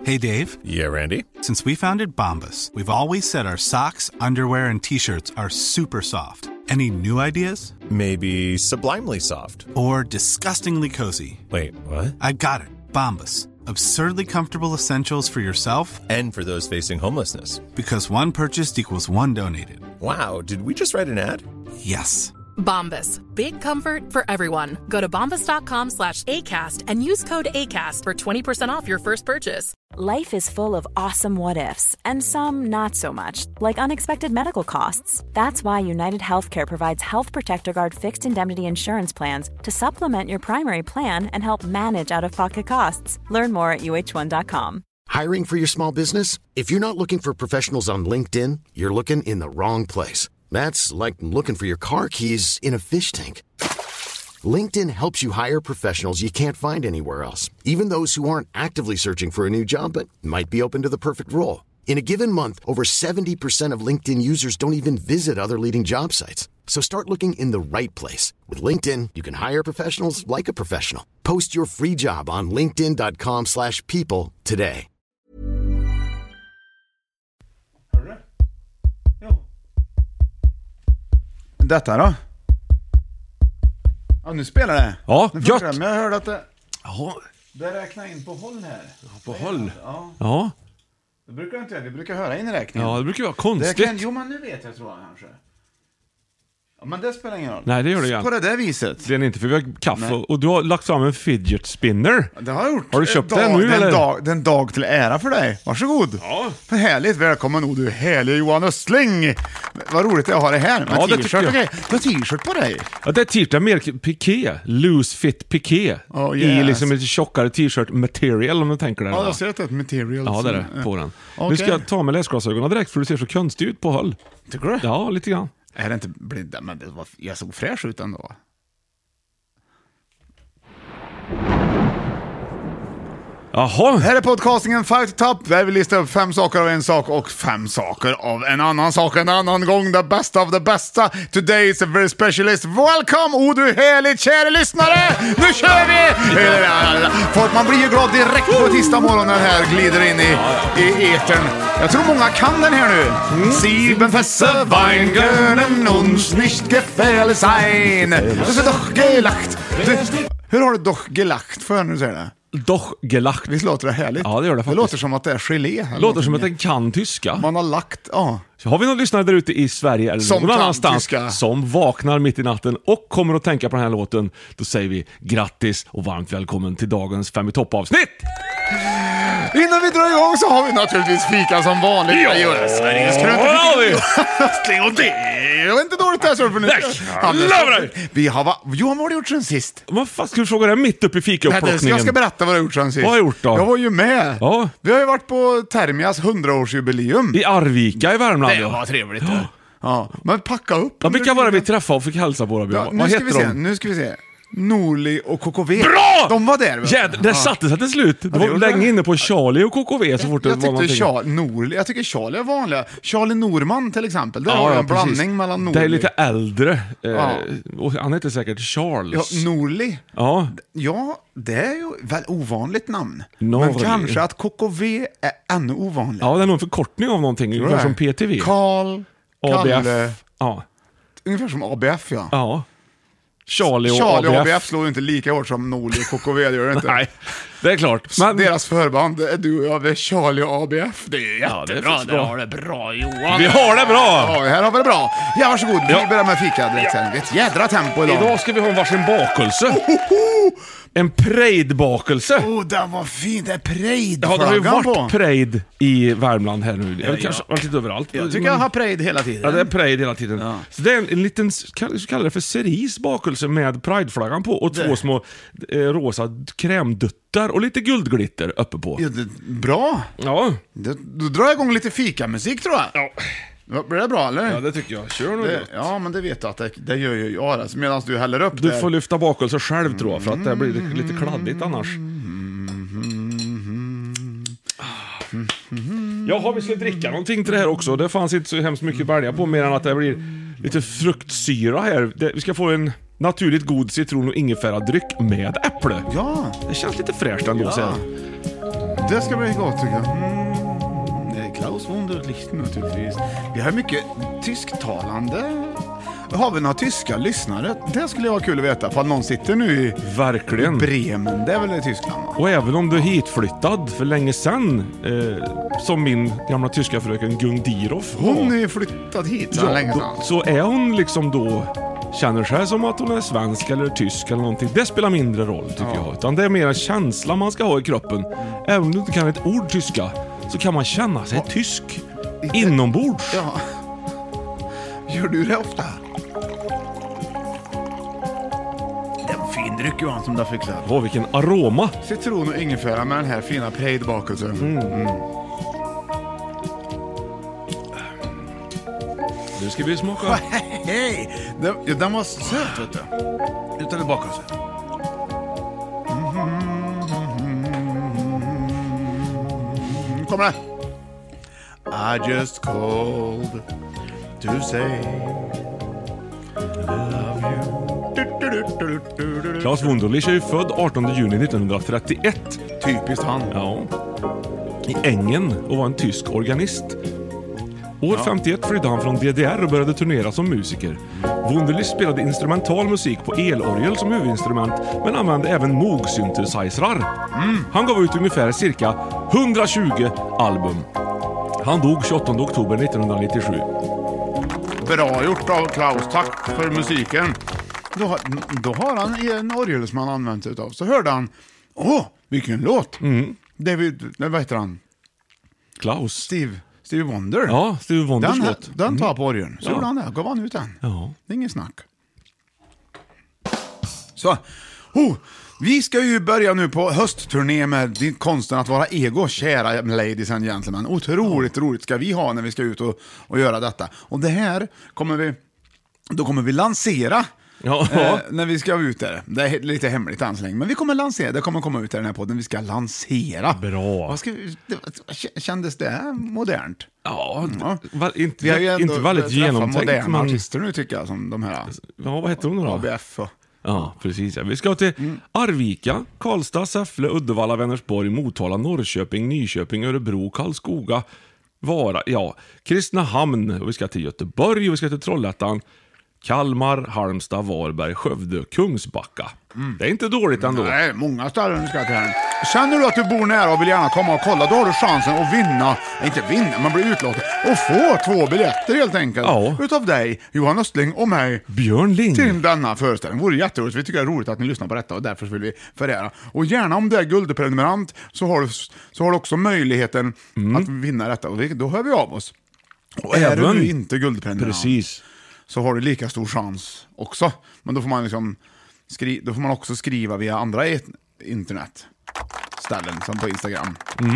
Hey, Dave. Yeah, Randy. Since we founded Bombas, we've always said our socks, underwear, and T-shirts are super soft. Any new ideas? Maybe sublimely soft. Or disgustingly cozy? Wait, what? I got it. Bombas. Absurdly comfortable essentials for yourself And for those facing homelessness. Because one purchased equals one donated. Wow, did we just write an ad? Yes. Bombas. Big comfort for everyone. Go to bombas.com/ACAST and use code ACAST for 20% off your first purchase. Life is full of awesome what-ifs, and some not so much, like unexpected medical costs. That's why United Healthcare provides Health Protector Guard fixed indemnity insurance plans to supplement your primary plan and help manage out-of-pocket costs. Learn more at uh1.com. Hiring for your small business? If you're not looking for professionals on LinkedIn, you're looking in the wrong place. That's like looking for your car keys in a fish tank. LinkedIn helps you hire professionals you can't find anywhere else, even those who aren't actively searching for a new job but might be open to the perfect role. In a given month, over 70% of LinkedIn users don't even visit other leading job sites. So start looking in the right place. With LinkedIn, you can hire professionals like a professional. Post your free job on linkedin.com/people today. Detta då? Ja, nu spelar det. Ja, nu gött. Men jag hörde att det... Ja, Det räknar in på håll här. på håll. Ja. Ja. Det brukar jag inte göra. Vi brukar höra in i räkningen. Ja, det brukar vara Det konstigt. kan... Jo, men nu vet jag, tror jag kanske. Ja, men det spelar ingen roll. Nej, det gör det ju. På det där viset. Det är inte, för vi har kaffe Nej. och du har lagt fram en fidget spinner. Det har jag gjort. Har du köpt den nu, eller? Den dag till ära för dig. Varsågod. Ja. För härligt. Välkommen, oh, du härlig Johan Östling. Vad roligt det är att ha det här. Med Ja, det t-shirt tycker jag. och grejer. Du har t-shirt på dig. Ja, det är t-shirt mer piké. Loose fit piké. Oh, I yes. liksom ett tjockare t-shirt material, om du tänker det. Ja, jag ser att det är ett material. Ja, det är som- det på den. Okej. Nu ska jag ta med läsglasögonen direkt, för du ser så konstig ut på håll. Tycker du? Ja, lite grann. Är det inte blivit... Men det var... Jag såg fräsch ut ändå. Jaha. Här är podcastingen Fight to Top, där vi listar upp 5 saker av en sak och 5 saker av en annan sak en annan gång. Det bästa av det bästa. Today is a very specialist. Welcome, oh du härligt kära lyssnare. Nu kör vi! Folk, man blir ju glad direkt på tisdag morgon när den här glider in i etern. Jag tror många kan den här nu. Sieben Fässer Weingönen uns nicht gefährlich sein. Das är doch gelacht. Hur har du doch gelacht för när du säger det? Doch gelacht. Visst låter det härligt? Ja, det gör det faktiskt. Det låter som att det är gelé. Det låter som att den kan tyska. Man har lagt, ja. Så har vi någon lyssnare där ute i Sverige eller Som någon kan annanstans tyska. som vaknar mitt i natten och kommer att tänka på den här låten, då säger vi grattis och varmt välkommen till dagens 5 i topp-avsnitt! Innan vi drar igång så har vi naturligtvis fika som vanligt. Ja. Jag gör Sveriges krönte. Och det är inte dåligt där så för nu. Vi har Johan, vad har du gjort sen sist? Vad fan ska du fråga det mitt uppe i fikaupplockningen? Jag ska berätta vad du har gjort sen sist. Vad har jag gjort då? Jag var ju med. Ja. Vi har ju varit på Termias 100-årsjubileum. I Arvika i Värmland. Det var trevligt. Ja, men packa upp. Ja, vilka var det vi träffade och fick hälsa på våra? Ja, Vad heter de? Nu ska vi se. Norli och KKV. Bra! De var där. Ja, det satte sig till slut. Det var gjorde länge det. inne på Charlie och KKV så fort det var någonting. Jag tycker Charlie är vanliga. Charlie Norman till exempel. Där har jag en blandning mellan Norli. Det är lite äldre. Och han heter säkert Charles. Ja, Norli. Ja. Ja, det är ju väl ovanligt namn. Norli. Men kanske att KKV är ännu ovanligare. Ja, det är nog en förkortning av någonting. Ungefär som PTV. Karl, Kalle. ABF. Ja. Ungefär som ABF, ja. Ja. Charlie och ABF slår ju inte lika hårt som Norli och KKV, det gör det inte. Nej, det är klart. Men deras förband är du och jag, det är Charlie och ABF. Det är jättebra. Det har det bra, Johan. Vi har det bra! Ja, här har vi det bra. Ja, varsågod. Vi börjar med fika direkt sen. Ett jädra tempo idag. Idag ska vi ha en varsin bakelse. En Pride-bakelse. Den var fin. Det är Ja, Pride-flaggan det har ju på. varit Pride i Värmland här nu. Eller kanske varit lite överallt. Jag tycker jag har Pride hela tiden. Ja, det är Pride hela tiden. Ja. Så det är en liten, kallar det för cerise bakelse med Pride-flaggan på och två små rosa krämduttar och lite guldglitter uppe på. Ja, bra. Ja. Då drar jag igång lite fikamusik, tror jag. Ja. Blir det bra, eller? Ja, det tycker jag. Kör nog. Ja, men det vet du att det gör ju jag. Alltså, medan du häller upp Du det. får lyfta bakelse själv, tror jag, för att det blir lite kladdigt annars. Jaha, vi ska dricka någonting till det här också. Det fanns inte så hemskt mycket att välja på, mer än att det blir lite fruktsyra här. Vi ska få en naturligt god citron- och ingefäradryck med äpple. Ja. Det känns lite fräscht ändå, så här. Det ska bli gott tycker jag. Det är Klaus Wunderlich naturligtvis. Vi har mycket tysktalande. Har vi några tyska lyssnare? Det skulle vara kul att veta. För att någon sitter nu i Verkligen. Bremen. Det är väl i Tyskland, va? Och även om du är hitflyttad för länge sedan, som min gamla tyska fröken Gung Diroff var, Hon är ju flyttad hit så länge sedan. så är hon liksom då, känner sig som att hon är svensk eller tysk eller någonting. Det spelar mindre roll tycker jag. Utan det är mer en känsla man ska ha i kroppen. Även om du inte kan ett ord tyska, så kan man känna sig tysk inombords. Ja. Gör du det ofta? Det är en fin dryck Johan som du har fixat. Åh, vilken aroma. Citron och ingefära med den här fina prejdbakelsen. Nu ska vi smaka. Hej! Den var söt, vet du. Utan det bakelse. Kommer det. I just called to say I love you. Klaus Wunderlich är ju född 18 juni 1931. Typiskt han. Ja. I Ängen och var en tysk organist. År 51 flydde han från DDR och började turnera som musiker. Wunderlich spelade instrumental musik på elorgel som huvudinstrument, men använde även Moog-synthesizrar. Han gav ut ungefär cirka 120 album. Han dog 28 oktober 1997. Bra gjort av Klaus, tack för musiken. Då har han en orgel som han använt sig utav. Så hörde han, vilken låt. David, vad heter han? Klaus. Stevie Wonder. Ja, Stevie Wonders låt. Den tar på orgeln. Så gjorde han det, gav han ut den. Ja. Det är ingen snack. Så, vi ska ju börja nu på höstturné med konsten att vara ego, kära ladies and gentlemen. Otroligt roligt ska vi ha när vi ska ut och göra detta. Och det här kommer vi lansera när vi ska ut där. Det är lite hemligt än så länge, men vi kommer lansera. Det kommer komma ut i den här podden. Vi ska lansera. Bra. Kändes det modernt? Ja. Vi har ju ändå inte väldigt genomtänkt, moderna artister nu tycker jag, som de här. Ja, vad heter de då? ABF och... Ja, precis. Ja. Vi ska till Arvika, Karlstad, Säffle, Uddevalla, Vänersborg, Motala, Norrköping, Nyköping, Örebro, Karlskoga, Vara, Kristinehamn. Och vi ska till Göteborg och vi ska till Trollhättan, Kalmar, Halmstad, Varberg, Skövde, Kungsbacka. Det är inte dåligt ändå. Nej, många ställen du ska till här. Känner du att du bor nära och vill gärna komma och kolla, då har du chansen att vinna, inte vinna, man blir utlåten och få 2 biljetter helt enkelt. Ja. Utav dig, Johan Östling och mig, Björn Lind, till denna föreställning. Det vore jätteroligt, vi tycker det är roligt att ni lyssnar på detta och därför vill vi förära. Och gärna om du är guldprenumerant så har du också möjligheten att vinna detta och då hör vi av oss. Och även, är du inte guldprenumerant, precis, så har du lika stor chans också. Men då får man liksom då får man också skriva via andra internetställen som på Instagram.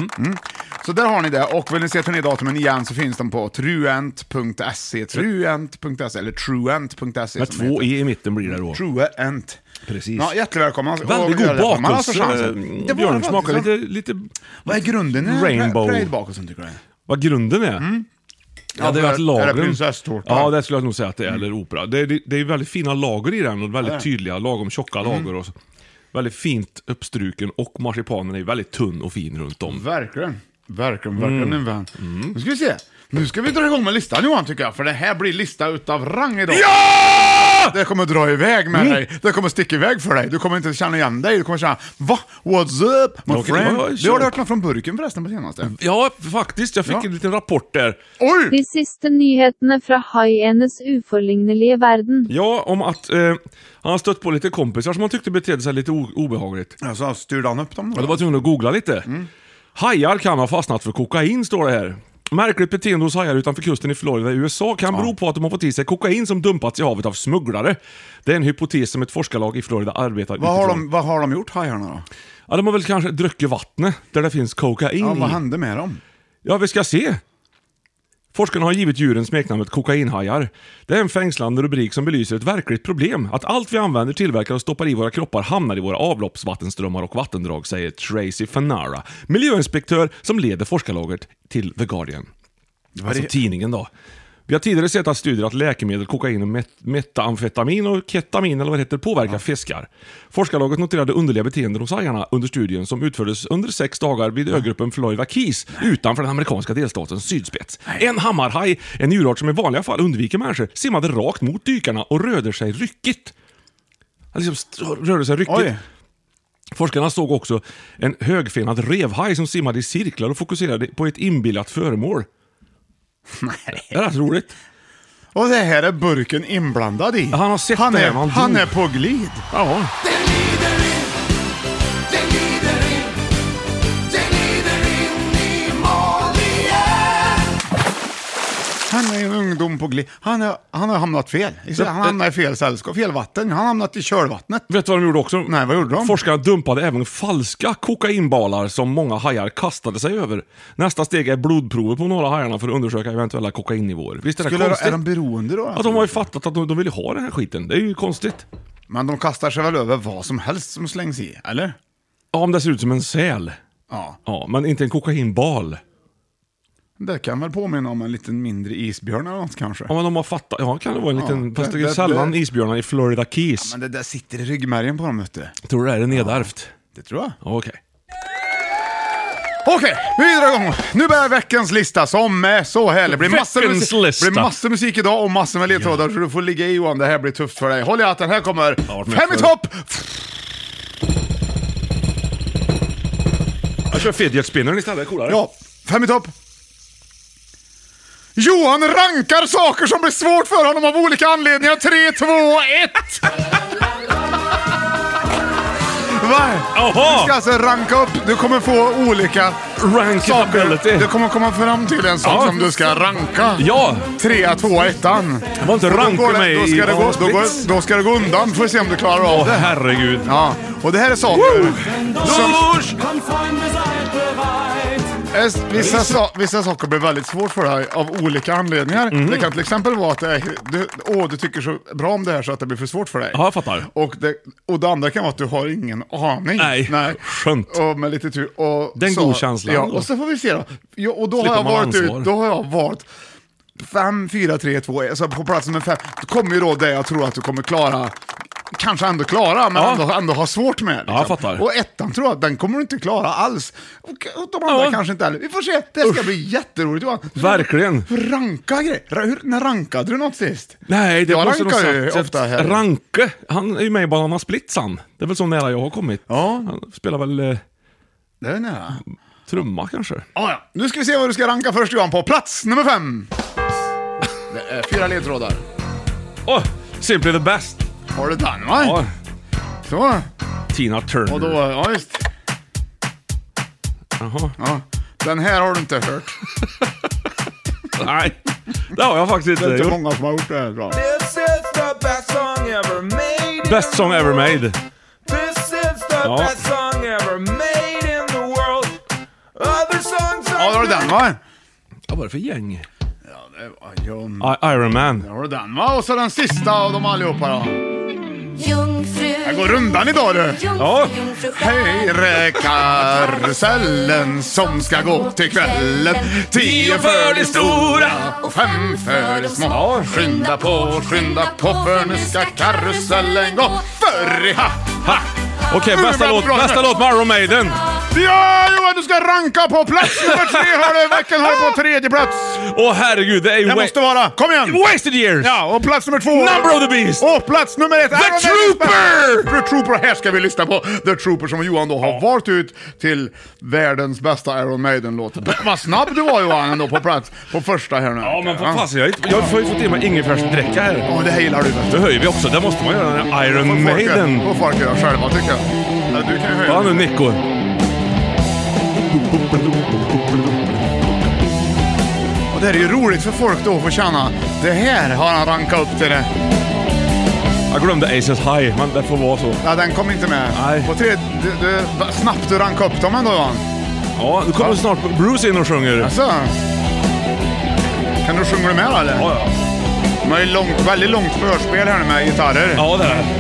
Så där har ni det. Och vill ni se turnédatumen igen så finns de på truent.se eller truent.se med 2 i mitten blir det då. Truent. Precis. Ja, jättelig välkommen. Väldigt god bakelse. Björn smakar lite vad är grunden i Pride-bakelsen tycker du? Vad grunden är? Ja, det är lagren. Prinsesstårta. Ja, det skulle jag nog säga att det är, eller opera. Det är väldigt fina lager i den och väldigt tydliga, lagom tjocka lager och så. Väldigt fint uppstruken och marsipanen är väldigt tunn och fin runt om. Verkligen en vän. Nu ska vi se. Nu ska vi dra igång med listan, Johan, tycker jag. För det här blir lista utav rang idag. Ja! Det kommer dra iväg med dig. Det kommer sticka iväg för dig. Du kommer inte känna igen dig. Du kommer känna, va? What's up, my friend? Du har hört något från burken förresten på senaste. Ja, faktiskt. Jag fick en liten rapport där. Oj! De sista nyheterna från haienes uforlignelige världen. Ja, om att han har stött på lite kompisar som han tyckte betedde sig lite obehagligt. Alltså, styrde han upp dem? Ja, det var tvungen att googla lite. Hajar kan ha fastnat för kokain, står det här. Märkligt beteende hos hajar utanför kusten i Florida i USA kan bero på att de har fått i sig kokain som dumpats i havet av smugglare. Det är en hypotes som ett forskarlag i Florida arbetar utifrån. Vad har de gjort, hajarna då? Ja, de har väl kanske druckit vattnet där det finns kokain i. Vad hände med dem? Ja, vi ska se. Forskarna har givit djuren smeknamnet kokainhajar. Det är en fängslande rubrik som belyser ett verkligt problem. Att allt vi använder, tillverkar och stoppar i våra kroppar hamnar i våra avloppsvattenströmmar och vattendrag, säger Tracy Fanara, miljöinspektör som leder forskarlaget till The Guardian. Alltså tidningen då. Vi har tidigare sett att studier att läkemedel, kokain och metamfetamin och ketamin eller vad det heter påverkar fiskar. Forskarlaget noterade underliga beteenden hos hajarna under studien som utfördes under 6 dagar vid ögruppen Florida Keys utanför den amerikanska delstatens sydspets. En hammarhaj, en djurart som i vanliga fall undviker människor, simmade rakt mot dykarna och rörde sig ryckigt. Oj. Forskarna såg också en högfenad revhaj som simmade i cirklar och fokuserade på ett inbillat föremål. Nej. Det är rätt roligt. Och det här är burken inblandad i. Han har sett han det. Han är på glid. Ja. Han är en ungdom på glid. Han har hamnat fel. Han hamnade i fel sällskap, fel vatten. Han har hamnat i kölvattnet. Vet du vad de gjorde också? Nej, vad gjorde de? Forskarna dumpade även falska kokainbalar som många hajar kastade sig över. Nästa steg är blodprover på några hajarna för att undersöka eventuella kokainnivåer. Visst är det konstigt? Är de beroende då? Att de har ju fattat att de vill ha den här skiten. Det är ju konstigt. Men de kastar sig väl över vad som helst som slängs i, eller? Ja, om det ser ut som en säl. Ja, men inte en kokainbal. Det kan väl påminna om en liten mindre isbjörn eller något kanske. Ja, men de har fattat. Ja, kan det vara en liten... Fast det är sällan isbjörnar i Florida Keys. Ja, men det där sitter i ryggmärgen på dem, vet du. Tror du det är nedärvt? Det tror jag. Okej. Okej, vi drar igång. Nu börjar veckans lista som är så härlig. Det blir massor musik idag och massor med ledtrådar så du får ligga i, Johan. Det här blir tufft för dig. Håll i hatten, här kommer 5 i topp! Jag kör fidget spinner istället, coolare. Ja, 5 i topp. Johan rankar saker som blir svårt för honom av olika anledningar. 3, 2, 1. Va? Du ska alltså ranka upp. Du kommer få olika saker. Du kommer komma fram till en sak som du ska ranka. Ja. 3, 2, 1. Det var inte ranka mig i då ska det gå undan. Får vi se om du klarar av det. Herregud. Ja. Och det här är saker vissa saker blir väldigt svårt för dig av olika anledningar. Det kan till exempel vara att du tycker så bra om det här så att det blir för svårt för dig. Ja, jag fattar. Och det andra kan vara att du har ingen aning. Nej. Skönt. Och med lite tur. Och den god känslan. Ja, och så får vi se då. Och då har jag varit 5, 4, 3, 2, 1. Alltså på plats nummer 5. Då kommer ju då det jag tror att du kommer klara. Kanske ändå klara, men ändå har svårt med. Liksom. Ja, jag fattar. Och 1 tror jag att den kommer du inte klara alls. Och de andra kanske inte heller. Vi får se, det ska bli jätteroligt, Johan. Verkligen. Ranka grejer. När rankade du något sist? Nej, det måste rankar ju ofta här. Ranke, han är ju med i Banana Splitsan. Det är väl så nära jag har kommit. Ja. Han spelar väl... Det är nära. Trumma kanske. Ja. Nu ska vi se vad du ska ranka först, Johan. På plats nummer 5. Det är 4 ledtrådar. Simply the best. Har du den, va? Ja. Så. Tina Turner. Och då, ja just. Jaha. Ja. Den här har du inte hört. Nej, det har jag faktiskt inte. Det är inte många som har gjort det här bra. This is the best song ever made. Best song ever made. This is the best song ever made in the world. Other songs are... Ja, har du den, va? Vad var det för gäng? Iron Man. Ja, har du den, va? Och så den sista av dem allihopa då. Jungfru. Jag går rundan idag, du. Ja. Hej, karusellen som ska gå till kvällen. 10 för de stora och 5 för de små. Skynda på, för nu ska karusellen gå för i ha. Okej, bästa låt med Iron Maiden. Ja, Johan, du ska ranka på plats nummer 3. Hör du, veckan har på 3:e plats. Herregud, det är ju... Det måste vara, kom igen. Wasted Years. Ja, och plats nummer 2. Number of the Beast. Och plats nummer 1. The Trooper. The Trooper, här ska vi lyssna på The Trooper som Johan då har valt ut till världens bästa Iron Maiden-låt. Vad snabb du var, Johan, ändå på plats på första här nu. Ja, men för fasen, jag får ju fått i mig ingefärsdräcka här. Ja, det här gillar du. Det höjer vi också, det måste man göra när Iron Maiden. Och folk gör själva, tycker jag. Ja, du kan höja. Vad nu, Nico? Och det är ju roligt för folk då att få känna. Det här har han rankat upp till det. Jag glömde Aces High, men det får vara så. Ja, den kom inte med. Nej. På 3, snabbt du ranka upp dem ändå, Johan. Ja, nu kommer snart Bruce in och sjunger. Alltså. Kan du sjunga med eller? Ja. De har ju väldigt långt förspel här med gitarrer. Ja, det är.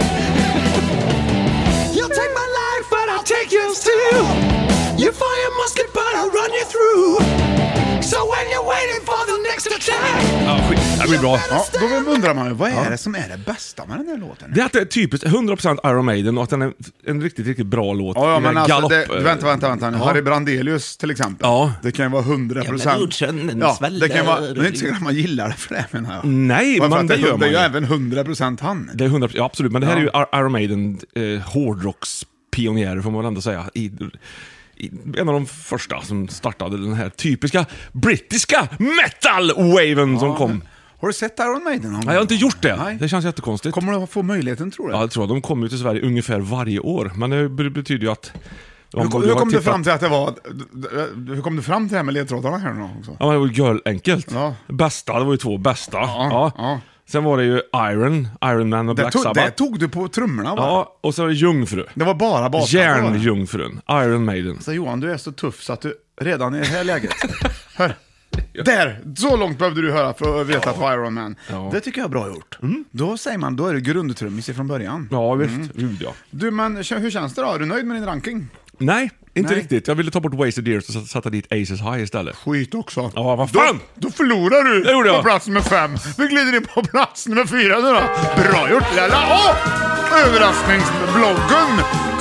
You'll take my life, but I'll take yours too. You fire a musket, but I'll run you through. So when you're waiting for the next attack, Det blir bra. Ja, då undrar man ju, vad är det som är det bästa med den här låten? Det är att det är typiskt 100% Iron Maiden och att den är en riktigt, riktigt bra låt. Ja, men alltså, galopp, vänta. Harry Brandelius till exempel. Ja. Det kan ju vara 100%. Ja, det kan vara, det är inte så att man gillar det för det, menar jag. Nej, men det gör man ju. Det är ju ju. även 100% han. Det är 100%, ja, absolut. Men det här är ju Iron Maiden hårdrockspionjärer, får man väl ändå säga. En av de första som startade den här typiska brittiska metal-waven som kom. Har du sett Iron Maiden någon gång? Nej, jag har inte gjort det. Nej. Det känns jättekonstigt. Kommer du att få möjligheten, tror du? Ja, jag tror att de kommer till Sverige ungefär varje år. Men det betyder ju att... Hur kom du fram till att det var... Hur kom du fram till det här med ledtrådarna här nu också? Ja, men det var ju görenkelt. Ja. Bästa, det var ju 2 bästa. Ja. Sen var det ju Iron Man och Black Sabbath. Det tog du på trummorna, va? Ja, och så var det Jungfru. Det var bara bas. Järnjungfrun, Iron Maiden. Så Johan, du är så tuff så att du redan i det här läget... Hör. Där! Så långt behövde du höra för att veta att det var Iron Man. Ja. Det tycker jag är bra gjort. Då säger man, då är det grundtrummis från början. Ja, visst. Ja. Du, men hur känns det då? Är du nöjd med din ranking? Nej, inte riktigt. Jag ville ta bort Wasted Years och sätta dit Aces High istället. Skit också. Ja, vad fan! Då förlorar du på plats nummer 5. Vi glider in på plats nummer 4 nu då. Bra gjort, Lella. Överraskningsbloggen.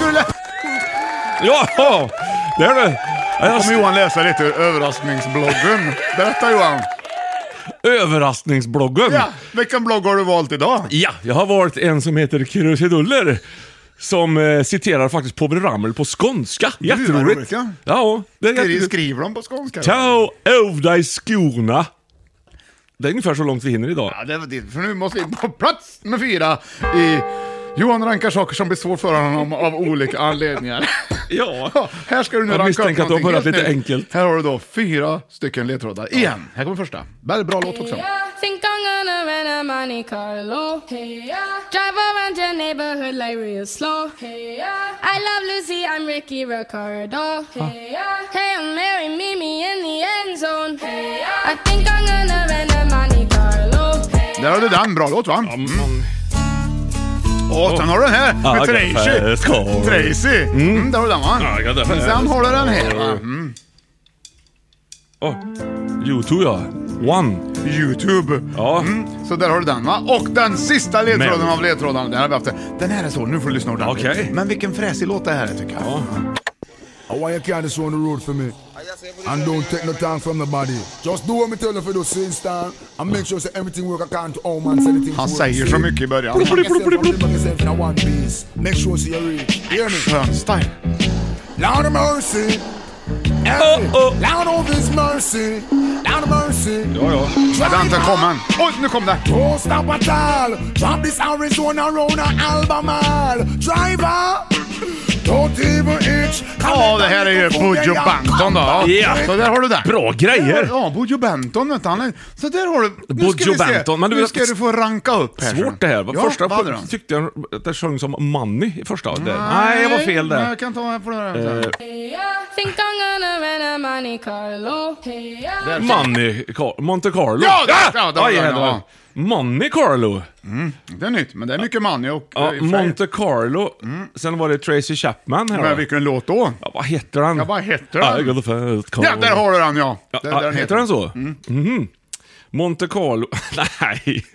Ja, det är det. Kommer Johan läsa lite ur överraskningsbloggen. Berätta, Johan. Överraskningsbloggen? Ja, vilken blogg har du valt idag? Ja, jag har valt en som heter Krusiduller. Som citerar faktiskt Povel Ramel på skånska. Jätteroligt. Ja, det är skriver de på skånska? Ta av dig skorna. Det är ungefär så långt vi hinner idag. Ja, det, för nu måste vi på plats nummer 4 i... Johan rankar saker som blir svårt för honom av olika anledningar. Ja. Här ska du nu ranka upp någonting. Att du har börjat lite enkelt. Här har du då 4 stycken ledtrådar. Igen, här kommer första. Väldigt bra låt också. Think I'm gonna rent a Monte Carlo. Drive around your neighborhood like real slow. I love Lucy, I'm Ricky Ricardo. Hey, marry me in the end zone. I think I'm gonna rent a Monte Carlo. Där har du den, bra låt, va? Och sen har du den här med Tracy. Där har du den, va? Sen har du den här, va? YouTube, ja. YouTube. Ja. Så där har du den, va? Och den sista ledtråden av ledtrådarna, den har vi haft. Den här är så, nu får du lyssna ordentligt. Okay. Men vilken fräsig låt det här är, tycker jag. I want you to carry this on the road for me. And don't take no time from the body. Just do what me tell you for the same time. And make sure that everything work according to all man. Han säger så mycket i början. Make sure you're real. Hear me? Skön style. Lord of mercy. Lord of his mercy. Lord of mercy. Ja, den kommer. Oj, nu kom det. Don't stop at all. Drop this Arizona round an Albemarle. Driver. Ja, det här är ju Bujo Banton då. Ja. Så där har du det. Bra grejer. Ja, Bujo Banton, vet han. Så där har du. Bujo Banton. Men nu ska du få ranka upp här. Svårt det här. Ja, första tyckte jag att det sjöng som Money i första. Nej, jag var fel där. Jag kan ta här på det här. Think I'm gonna rent a Monte Carlo. Monte Carlo. Ja, Monte Carlo. Det är nytt, men det är mycket money och... Monte Carlo. Sen var det Tracy Chapman här. Men vilken låt då? Ja, vad heter han? Ja, vad heter han? Ja, där har du den, ja. Där heter han så? Monte Carlo. Nej.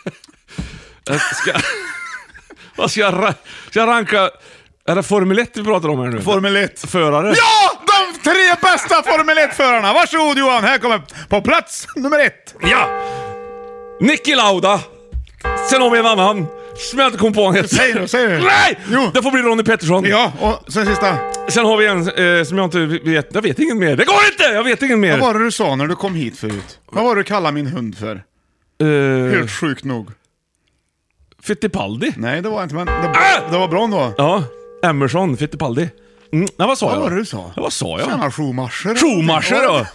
Ska jag ranka... Är det Formel 1 vi pratar om här nu? Formel 1-förare. Ja! De 3 bästa Formel 1-förarna. Varsågod, Johan. Här kommer på plats nummer 1. Ja! Niki Lauda. Sen har vi en annan som jag inte kom på. Säg du. Nej! Jo. Det får bli Ronnie Pettersson. Ja, och sen sista. Sen har vi en som jag inte vet. Jag vet ingen mer. Det går inte! Jag vet ingen mer. Vad var det du sa när du kom hit förut? Vad var det du kallade min hund för? Helt sjukt nog. Fittipaldi? Nej, det var inte, men det var bra ändå. Ja, Emerson, Fittipaldi. Nej, vad sa jag? Vad var det du sa? Vad sa jag? Tjena, Schumacher. Schumacher då?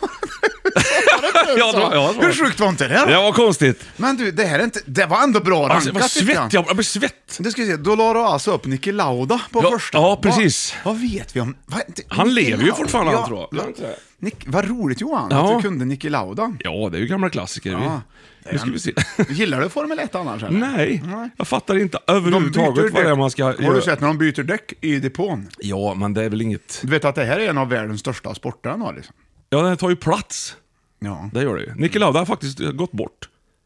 Hur sjukt var inte det då? Det var konstigt. Men du, det här är inte... Det var ändå bra rankat. Jag blir svett. Det ska vi se, då la du alltså upp Niki Lauda på första. Ja, precis. Vad vet vi om... Han lever ju fortfarande, ja, tror jag. Vad roligt, Johan, att du kunde Niki Lauda. Ja, det är ju gamla klassiker. Ja. Nu ska vi se. Gillar du Formel 1 annars? Eller? Nej, jag fattar inte överhuvudtaget vad det är man ska göra. Har du sett när de byter däck i depån? Ja, men det är väl inget... Du vet att det här är en av världens största sporter liksom. Ja, den tar ju plats. Ja. Det gör det ju. Niki Lauda har faktiskt gått bort.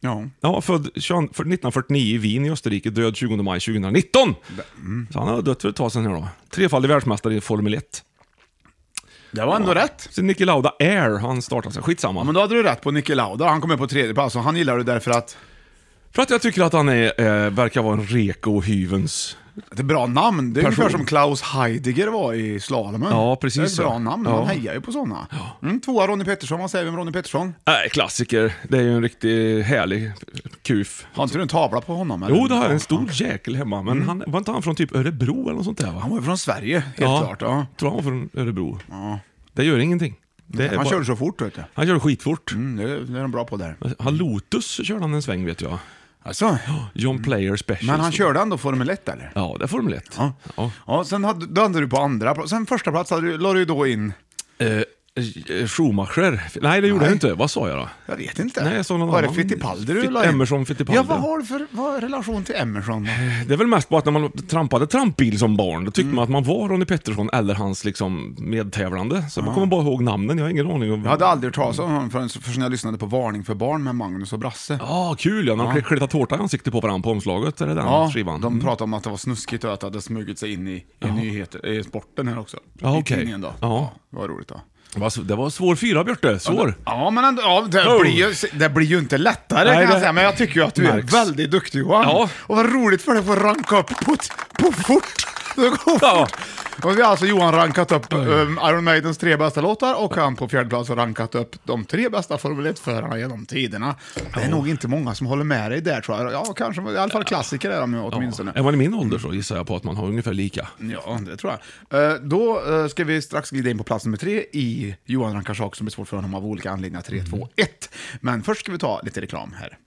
Ja, född 1949 i Wien i Österrike, död 20 maj 2019. Så han har dött för ett tag sedan här då. 3-faldig världsmästare i Formel 1. Det var ändå rätt. Så Niki Lauda Air, han startade sig. Skitsamma. Men då hade du rätt på Niki Lauda. Han kommer på tredje plats och han gillar du därför att... För att jag tycker att han verkar vara en reko hyvens... Det är bra namn. Det är ungefär som Klaus Heidegger var i slalomen. Ja, precis. Det är bra namn. Man hejar ju på sådana. Tvåa Ronny Pettersson. Vad säger vi om Ronny Pettersson? Klassiker. Det är ju en riktigt härlig kuf. Har inte du en tavla på honom? Eller? Jo, det har jag en stor jäkel hemma. Men var inte han från typ Örebro eller något sånt där, va? Han var ju från Sverige, helt klart. Ja. Tror han var från Örebro. Ja. Det gör ingenting. Han körde så fort, vet du. Han körde skitfort. Det är de bra på där. Han Lotus körde han en sväng, vet jag. Alltså. John Player Special. Men han körde ändå Formel 1, eller? Ja, det är Formel 1. Ja, sen hade du på andra plats. Sen första plats la du då in... Schumacher. Nej, det gjorde jag inte. Vad sa jag då? Jag vet inte. Nej, jag sa någon var annan. Det Fittipaldi du la in? Emerson Fittipaldi. Ja, vad har du för relation till Emerson? Det är väl mest på att när man trampade trampbil som barn, då tyckte man att man var Ronny Pettersson eller hans liksom medtävlande. Så man kommer bara ihåg namnen, jag har ingen aning om... Jag hade aldrig hört talas om honom förrän jag lyssnade på Varning för barn med Magnus och Brasse. Kul, ja. När de kletat tårta i ansiktet på varandra på omslaget. Är det den skivan? De pratade om att det var snuskigt och att det hade smugit sig in i nyheter, i sporten här också. Ja, okej. Det var roligt då. Det var svår 4, Björte. Svår. Ja, men ändå, det blir ju inte lättare. Nej, kan jag säga. Men jag tycker ju att du är väldigt duktig, Johan. Ja. Och vad roligt för dig att få ranka upp på fort. Ja. Och vi har alltså Johan rankat upp Iron Maidens 3 bästa låtar och han på fjärde plats har rankat upp de 3 bästa Formel 1-förarna genom tiderna. Det är nog inte många som håller med dig där, tror jag. Ja, kanske, i alla fall klassiker är de ju åtminstone. Är man i min ålder så gissar jag på att man har ungefär lika. Ja, det tror jag. Då ska vi strax glida in på plats nummer 3 i Johan rankar saker som är svårt för honom av olika anledningar. 3, 2, 1. Men först ska vi ta lite reklam här.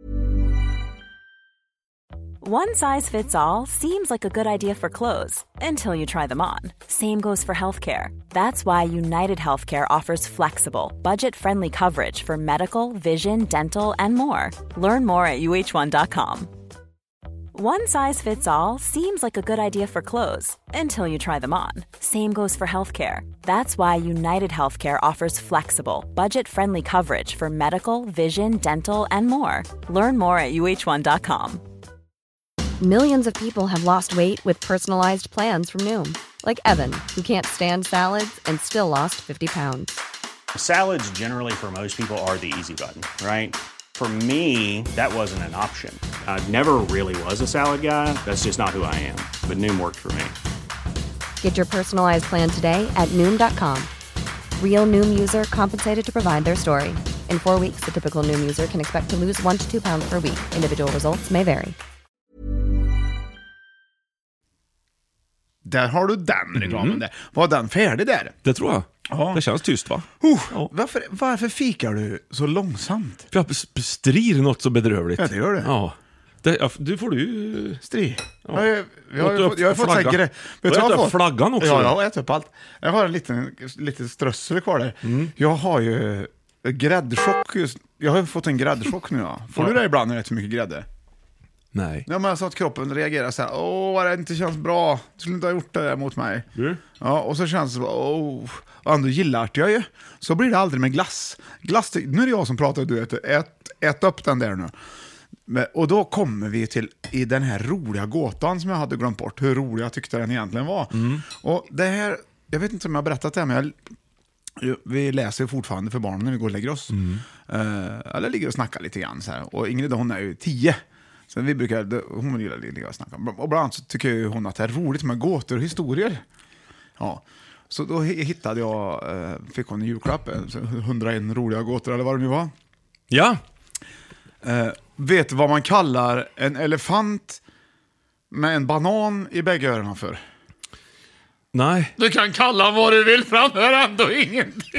One size fits all seems like a good idea for clothes until you try them on. Same goes for healthcare. That's why United Healthcare offers flexible, budget-friendly coverage for medical, vision, dental, and more. Learn more at uh1.com. One size fits all seems like a good idea for clothes until you try them on. Same goes for healthcare. That's why United Healthcare offers flexible, budget-friendly coverage for medical, vision, dental, and more. Learn more at uh1.com. Millions of people have lost weight with personalized plans from Noom. Like Evan, who can't stand salads and still lost 50 pounds. Salads generally for most people are the easy button, right? For me, that wasn't an option. I never really was a salad guy. That's just not who I am. But Noom worked for me. Get your personalized plan today at Noom.com. Real Noom user compensated to provide their story. In 4 weeks, the typical Noom user can expect to lose 1 to 2 pounds per week. Individual results may vary. Där har du den reklamen där. Var den färdig där? Det tror jag. Ja. Det känns tyst, va? Varför fikar du så långsamt? För jag strir något så bedrövligt. Ja, det gör det. Ja. Du får du... Stri. Ja. Jag har fått flagga. Vet du vad jag flaggan också? Ja, jag har ätit upp allt. Jag har en liten strössel kvar där. Jag har ju gräddchock just. Jag har fått en gräddchock nu. Ja. Får du det ibland när det är för mycket grädde? Nej. Ja, men så att kroppen reagerar så här. Vad det inte känns bra. Du skulle inte ha gjort det där mot mig. Ja, och så känns det så. Ändå gillar jag ju. Så blir det aldrig med glass. Nu är det jag som pratar, du vet. Ät upp den där nu. Och då kommer vi till i den här roliga gåtan som jag hade glömt bort. Hur rolig jag tyckte den egentligen var. Och det här, jag vet inte om jag har berättat det, men vi läser fortfarande för barnen när vi går och lägger oss. Eller ligger och snackar lite grann så här. Och Ingrid, hon är ju 10. Så vi brukar, hon gillar ligga och snacka. Och bland annat så tycker hon att det är roligt med gåtor och historier. Ja. Så då hittade jag, fick hon en julklapp, 101 roliga gåtor eller vad det nu var. Ja. Vet du vad man kallar en elefant med en banan i bägge öronen för? Nej. Du kan kalla vad du vill, framför ändå ingenting.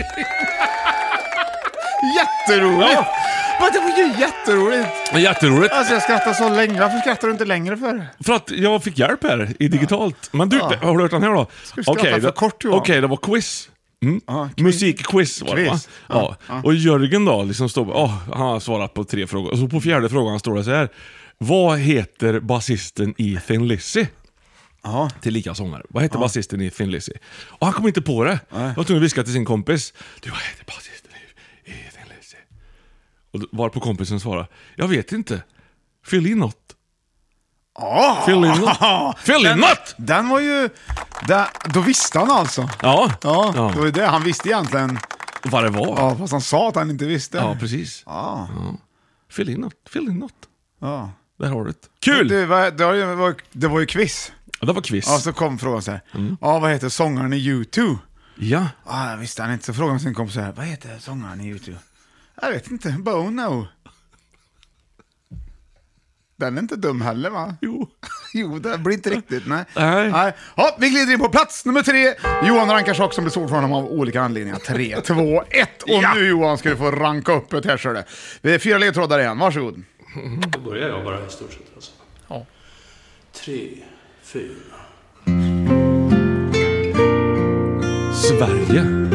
Jätteroligt. Ja. Men det var ju jätteroligt. Alltså jag skrattar så länge. Varför skrattar du inte längre för? För att jag fick hjälp här i digitalt. Men du, har du hört den här då? Okej, det var quiz. Musikquiz var det, va? Ja. Och Jörgen då liksom stod, han har svarat på 3 frågor. Och så på 4:e frågan står det så här: vad heter basisten i Thin Lizzy? Till lika sångare. Vad heter basisten i Thin Lizzy? Och han kom inte på det. Jag var tvungen att viska till sin kompis: du, vad heter basisten i Thin Lizzy? Och var på kompisen svarade, jag vet inte. Fyll in något. Fyll in något! Den var ju... Då visste han alltså. Ja. Det var ju det. Han visste egentligen vad det var. Ja, fast han sa att han inte visste. Ja, precis. Ja. Fyll in något. Ja. Där har du det. Kul! Det var ju quiz. Ja, det var quiz. Ja, så kom frågan så här. Vad heter sångaren i U2? Ja. Jag visste han inte. Så frågade sin kompis så här. Vad heter sångaren i U2? Jag vet inte. Bono. Den är inte dum heller, va? Jo, det blir inte riktigt, nej. Ja, vi glider in på plats nummer 3. Johan rankar saker som blir svårt för honom av olika anledningar. 3, 2, 1. Och nu, Johan, ska du få ranka upp ett här, så det. Vi är 4 ledtrådar igen, varsågod. Då börjar jag bara i stort sett alltså. Ja. 3, 4. Sverige.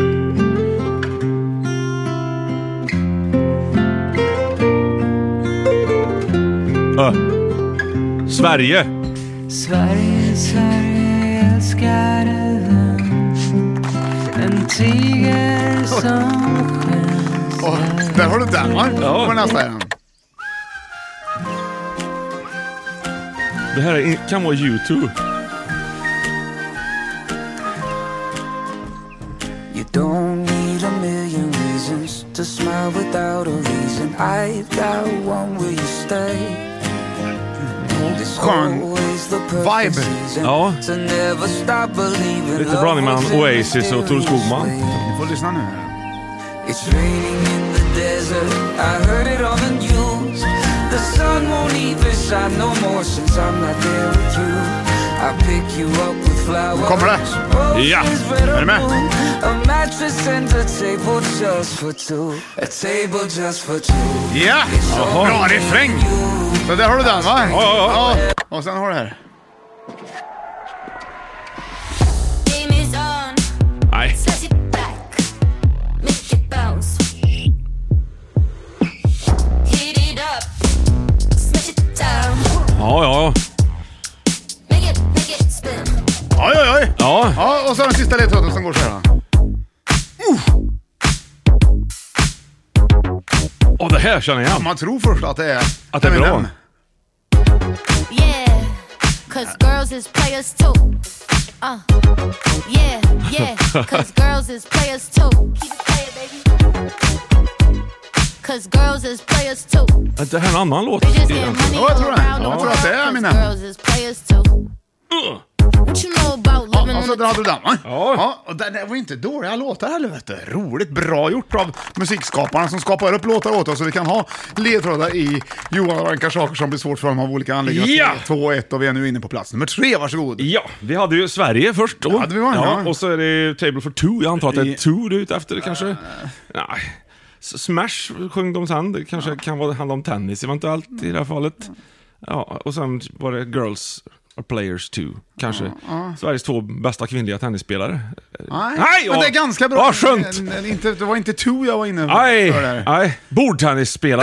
Sverige. Sverige, Sverige, älskar en tiger som skäms. Där har du den, va? Ja. På nästa igen. Det här kan vara YouTube. You don't need a million reasons to smile without a reason. I've got one where you stay. Skön vibe. Ja. Lite blandning mellan Oasis och Tore Skogman. Ni får lyssna nu här. It's raining in the desert. I heard it on the news. The sun won't even shine no more since I'm not there with you. I pick you up with flowers. Kommer det? Ja. Är du med? A mattress and a table just for two. A table just for two. Ja. Bra refräng. Så där har du den, va? Ja. Och sen har du här. Nej. Ja. Oj. Ja, och så den sista ledtråden som går så här. Det här känner jag. Man tror först att det är bra. Yeah, 'cause girls is players too. Yeah, 'cause girls is players too. Keep it playing, baby. 'Cause girls is players too. Det här är en annan låt. Jag tror att det är mina. Girls is players too. What you know about living Och så on the drar du den, va? Ja. Och det var inte dåliga låtar heller, vet du. Roligt, bra gjort av musikskaparna som skapar upp låtar åt oss, så vi kan ha ledtrådar i Johan rankar saker som blir svårt för dem av olika anledningar. Ja! 2, 1 och vi är nu inne på plats nummer 3, varsågod. Ja, vi hade ju Sverige först då. Ja, det var ja. Och så är det Table for Two. Jag antar att det är Two du är ute efter kanske. Nej. Smash sjöng de sen. Det kanske kan handla om tennis eventuellt i det här fallet. Ja, och sen var det Girls are Players Too. Kanske Sveriges 2 bästa kvinnliga tennisspelare. Nej, men det är ganska bra. Ja, skönt. Det var inte Two jag var inne på. Nej, bordtennisspelare.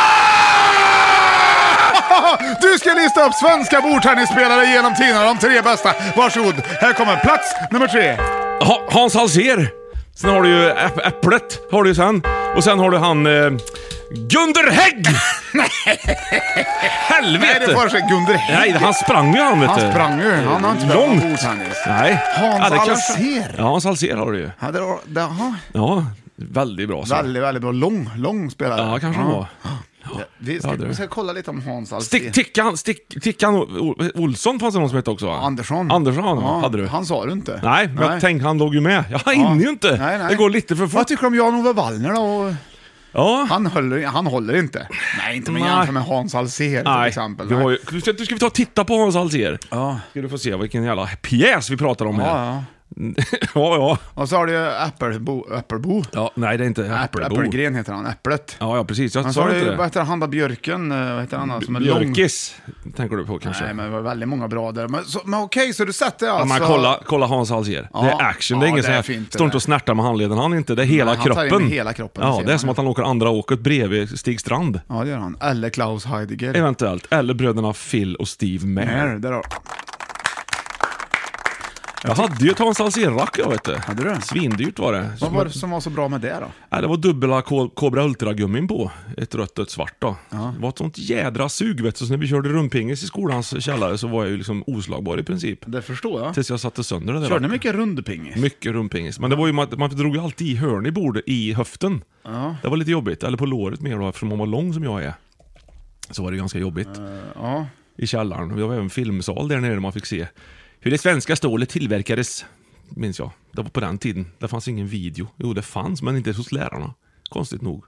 Du ska lista upp svenska bordtennisspelare genom tiderna, de 3 bästa. Varsågod, här kommer plats nummer 3. Hans Alsér. Sen har du ju Äpplet har du ju sen. Och sen har du han Gunder Hägg. Helvete. Nej, det får sig Gunder Hägg. Nej, han sprang ju han, vet du. Han sprang ju. Han har inte långt. Bordtennis. Nej. Hans Alsér. Ja, Hans Alsér har du ju. Ja, väldigt bra. Så. Väldigt bra. Lång spelare. Ja, kanske han var. Vi ska kolla lite om Hans Alsér. Tickan Olsson fanns det någon som hette också, va? Andersson hade du. Han sa du inte. Nej, men jag tänkte han låg ju med. Jag hinner ju inte. Nej. Det går lite för fort. Vad tycker du om Jan-Ove Wallner då? Ja. Han håller inte. Nej, inte med jämför med Hans Alsér till exempel. Du ska vi ta och titta på Hans Alsér. Ja. Ska du få se vilken jävla pjäs vi pratar om här. Ja. Ja. Och så har du Äppelbo. Ja, nej, det är inte Äppelbo. Äppelgren heter han, Äpplet. Ja, precis. Jag sa inte det. det. Vad heter han då? Björken? Vad heter han som är Björkis, tänker du på kanske? Nej, men det var väldigt många bra där. Men okej, så du sätter alltså... Ja, men kolla Hans Alsér. Det är action, det är inget så här. Står inte och snärtar med handleden, han inte. Det är hela kroppen. Han tar in hela kroppen. Ja, det är som att han åker andra åket bredvid Stig Strand. Ja, det gör han. Eller Klaus Heidegger. Eventuellt. Eller bröderna Phil och Steve Mayer. Där har... Jag hade ju ett Hans Alsér-rack, jag vet det. Hade du? Svindyrt var det. Vad var det som var så bra med det då? Ja, det var dubbla Cobra Ultra-gummin på. Ett rött och ett svart då. Ja. Det var ett sånt jädra sug, vet du. Så när vi körde rundpingis i skolans källare så var jag ju liksom oslagbar i princip. Det förstår jag. Tills jag satte sönder det där. Körde mycket rundpingis? Mycket rundpingis. Men det var ju man drog ju alltid i hörn i bordet i höften. Ja. Det var lite jobbigt. Eller på låret mer då, eftersom man var lång som jag är. Så var det ganska jobbigt. Ja. I källaren. Vi har även filmsal där nere där man fick se hur det svenska stålet tillverkades, minns jag. Det var på den tiden. Det fanns ingen video. Jo, det fanns, men inte hos lärarna. Konstigt nog.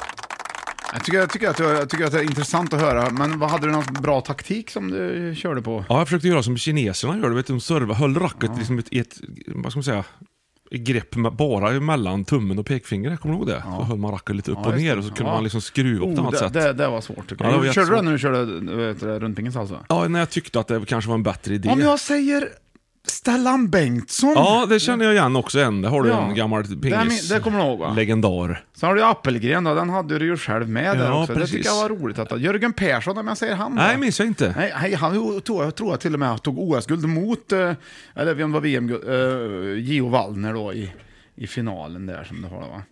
Jag tycker att det är intressant att höra. Men vad hade du någon bra taktik som du körde på? Ja, jag försökte göra som kineserna gör. Vet du, de höll racket liksom i ett, vad ska man säga, grepp med bara mellan tummen och pekfingret, kommer du ihåg det? Så höll man racket lite upp och ner och så kunde man liksom skruva upp på annat sätt. Det var svårt. Ja, körde du när du körde rundpingis alltså? Ja, när jag tyckte att det kanske var en bättre idé. Om jag säger Stellan Bengtsson. Ja, det känner jag igen också än. Det har du en gammal pingis. Det kommer du ihåg, va? Legendar. Så har du Appelgren då, den hade du ju själv med där också. Precis. Det tycker jag var roligt att Jörgen Persson, om jag säger han då. Nej, minns jag inte. Nej, han tror jag till och med tog OS-guld mot eller vem var VM-guld, Gio Wallner då i finalen där som det var, va?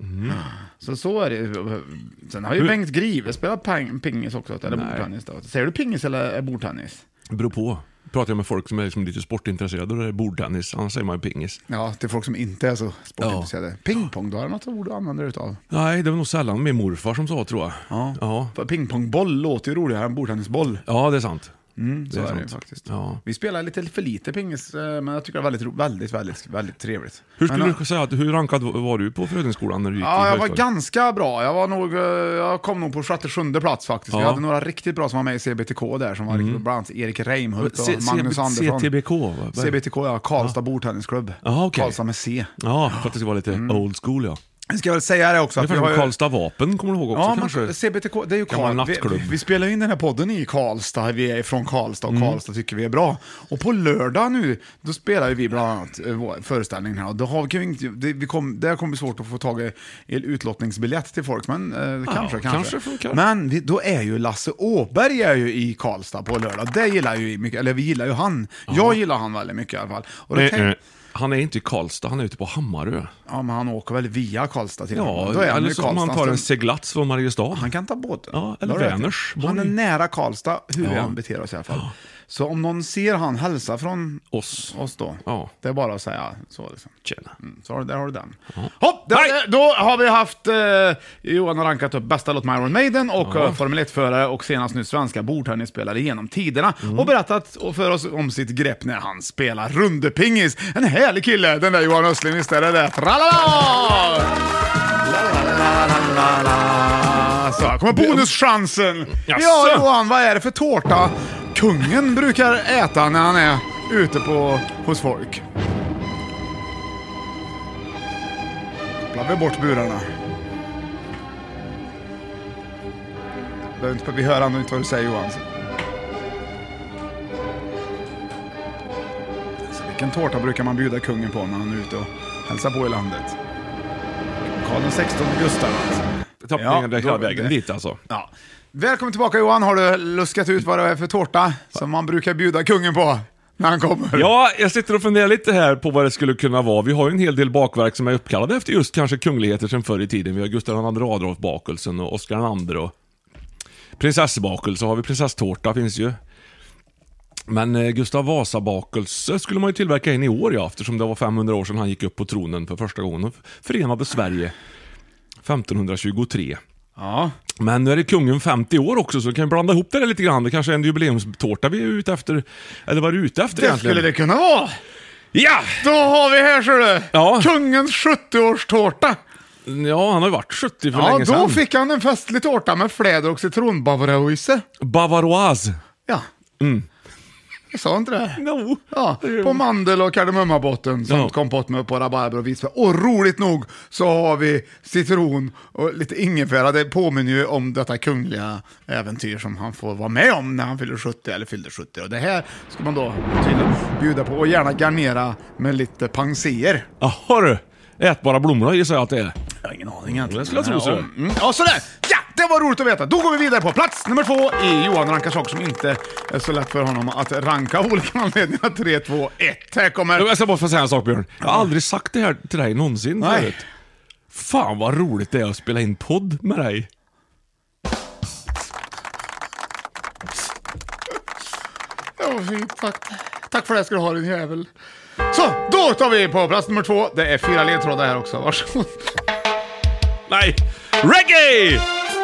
Så är det. Sen har ju Bengt Grive spelat pingis också, eller bordtennis då. Säger du pingis eller bordtennis? Det beror på. Pratar jag med folk som är liksom lite sportintresserade, då är det bordtennis, annars säger man ju pingis. Ja, till folk som inte är så sportintresserade. Ja. Pingpong, då är det något ord du använder utav? Nej, det var nog sällan med morfar som sa, tror jag. Ja. För pingpongboll låter ju roligare än bordtennisboll. Ja, det är sant. Så är det faktiskt. Ja. Vi spelar lite för lite pingis, men jag tycker det är väldigt trevligt. Hur skulle du säga att hur rankad var du på Frödenskolan när du gick i jag var ganska bra. Jag kom nog på 6:e plats faktiskt. Vi hade några riktigt bra som var med i CBTK där, som var bland annat Erik Reimhult och Magnus Andersson. CBTK, ja, Karlstad bordtennisklubb. Karlstad med C. Ja, för att det ska vara lite old school, ja. Jag ska väl säga det också. Det är för Karlstad Vapen, kommer du ihåg också? Ja, kanske? CBTK, det är ju Karlstad. Vi spelar in den här podden i Karlstad. Vi är från Karlstad och Karlstad tycker vi är bra. Och på lördag nu, då spelar vi bland annat föreställningen här. Och då har det kommer bli svårt att få tag i utlottningsbiljett till folk, men kanske funkar. Men då är ju Lasse Åberg är ju i Karlstad på lördag. Det gillar ju mycket, eller vi gillar ju han. Jag gillar han väldigt mycket i alla fall. Och han är inte i Karlstad, han är ute på Hammarö. Ja, men han åker väl via Karlstad till honom. Ja, eller så om man tar en seglats från Mariestad. Han kan ta båten. Ja, eller Väners. Han är nära Karlstad, hur vi än beter oss i alla fall. Så om någon ser han hälsa från oss då, det är bara att säga så liksom. Så där har du den. Hopp, då har vi haft Johan har rankat upp bästa låt med Iron Maiden och Formel 1-förare och senast nu svenska bordtennisspelare genom tiderna och berättat för oss om sitt grepp när han spelar rundepingis. En härlig kille, den där Johan Östling istället där. Så här kommer bonuschansen. Ja, Johan, vad är det för tårta kungen brukar äta när han är ute hos folk? Kopplar vi bort burarna. Vi hör ändå inte vad du säger, Johan. Så vilken tårta brukar man bjuda kungen på när han är ute och hälsar på i landet? Karl 16 Gustav alltså. Vägen dit alltså. Ja. Välkommen tillbaka, Johan. Har du luskat ut vad det är för tårta som man brukar bjuda kungen på när han kommer? Ja, jag sitter och funderar lite här på vad det skulle kunna vara. Vi har ju en hel del bakverk som är uppkallade efter just kanske kungligheter sedan förr i tiden. Vi har Gustav II Adolf-bakelsen och Oscar II och prinsessbakelse. Har vi prinsesstårta, finns ju. Men Gustav Vasa-bakelse skulle man ju tillverka in i år, eftersom det var 500 år sedan han gick upp på tronen för första gången och förenade Sverige 1523. Ja. Men nu är det kungen 50 år också, så kan vi blanda ihop det lite grann. Det kanske är en jubileumstårta vi är ute efter. Eller vad är du ute efter det egentligen? Skulle det kunna vara? Ja! Då har vi här, så du. Kungens 70-årstårta. Ja, han har ju varit 70 för länge sedan. Ja, då fick han en festlig tårta med fläder och citronbavaroise. Bavaroise. Ja. Jag sa inte det? No. Ja, på mandel och kardemummabotten som kompott med på rabarber och vispa. Och roligt nog så har vi citron och lite ingefära. Det påminner ju om detta kungliga äventyr som han får vara med om när han fyller 70 eller fyllde 70. Och det här ska man då tydligen bjuda på och gärna garnera med lite panser. Jaha du, ätbara blommor gissar jag att det är. Jag har ingen aning egentligen. Det skulle jag tro så. Ja, sådär! Ja, Det var roligt att veta. Då går vi vidare på plats nummer 2 i Johan rankar saker som inte är så lätt för honom att ranka av olika anledningar. 3, 2, 1. Här kommer... Jag ska bara få säga en sak, Björn. Jag har aldrig sagt det här till dig någonsin förut. Fan vad roligt det är att spela in podd med dig. Ja, fint. Tack för det ska du ha, din jävel. Så, då tar vi på plats nummer 2. Det är 4 ledtrådar här också. Varsågod. Nej, reggae!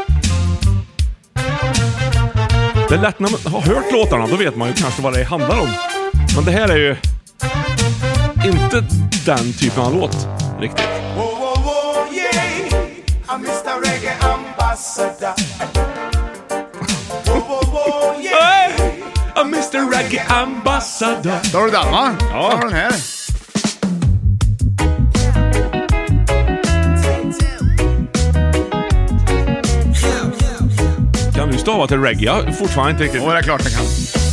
Det är lätt när man har hört låtarna, då vet man ju kanske vad det handlar om. Men det här är ju inte den typen av låt riktigt. I'm Mr. Reggae Ambassador. Hey, I'm Mr. Reggae Ambassador. Då har du den, va? Ja. Då har du den här. Kan du stava till reggae? Jag fortfarande inte riktigt. Det är klart jag kan.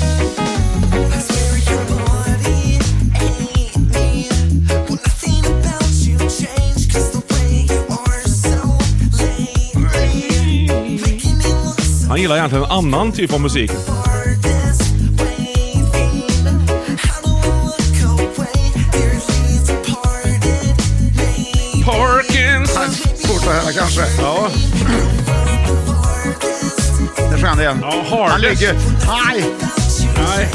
Han gillar egentligen en annan typ av musik. Parkins. Svårt att höra kanske. Ja. Det skänder igen. Ja, Hardest. Han ligger... Nej.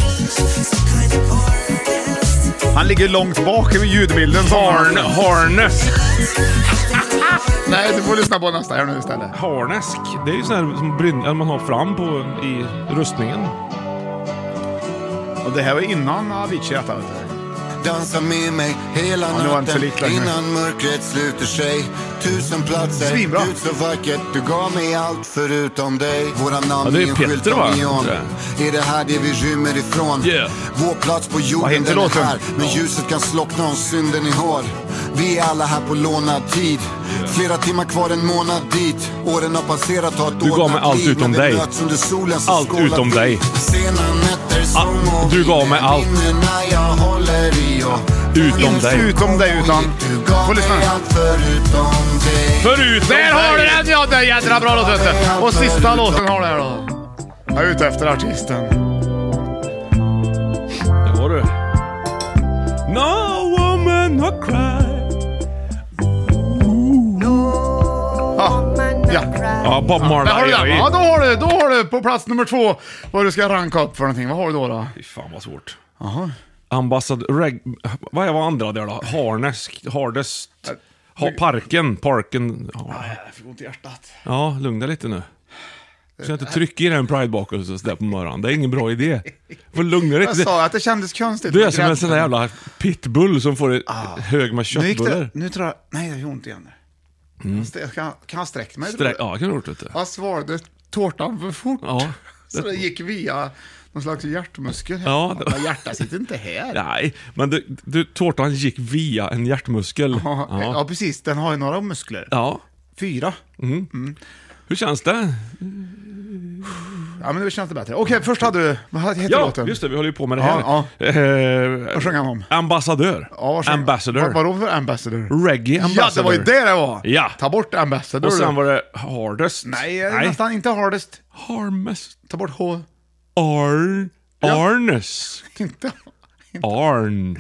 Han ligger långt bak i ljudbilden. Harness. Nej, du får lyssna på nästa här nu istället. Harnesk. Det är ju sån här som man har fram på i rustningen. Och det här var innan Avicii äta, vet du. Dansa med mig hela natten innan mörkret sluter sig. 1000 platser, Svinbra. Gud så vackert. Du gav mig allt förutom dig. Våra namn det är i en skylt Petter, va? av neon. Är det här det vi rymmer ifrån? Vår plats på jorden den är här. Men ljuset kan slockna om synden är hård. Vi är alla här på lånad tid. Flera timmar kvar, en månad dit. Åren har passerat, har ett Du gav mig allt utom dig. Allt utom dig. Du gav mig allt. Utom dig. Utom dig, utan... Får lyssna. Förutom där har du den! Ja, det är jädra bra låt, vet du. Och sista låten har du här då. Jag är ute efter artisten. Det var du. No woman no cry. Ja, Bob Marley. Har du den? Ja, då har du på plats nummer 2 vad du ska ranka upp för någonting. Vad har du då? Fy fan vad svårt. Aha. Ambassador vad var andra där då? Hardest. Parken. Ja, jag fick ont i hjärtat. Ja, lugna lite nu. Du ska inte trycka i den Pride-bakelsen så där på morgonen. Det är ingen bra idé. Får lugna dig. Jag sa att det kändes konstigt. Du är som en sån där jävla pitbull som får hög med köttbullar. Nu tror jag... Nej, jag har ont igen. Kan jag sträcka mig? Ja, kan du gjort det. Jag svarade tårtan för fort. Ja. Så det gick via någon slags hjärtmuskel. Ja, hjärtat sitter inte här. Nej, men tårtan gick via en hjärtmuskel. Ja, precis. Den har ju några muskler. Ja. 4. Hur känns det? Ja, men det känns det bättre. Okej, först hade du... Vad heter låten? Just det, vi håller ju på med det här. Vad sjöng han om? Ambassadör. Ambassador. Vadå för Ambassador? Reggae Ambassador. Ja, det var ju det var. Ja. Ta bort Ambassador. Och sen var det Hardest. Nej, nästan inte Hardest. Harmest. Ta bort H. Arnes. Inte. Arn.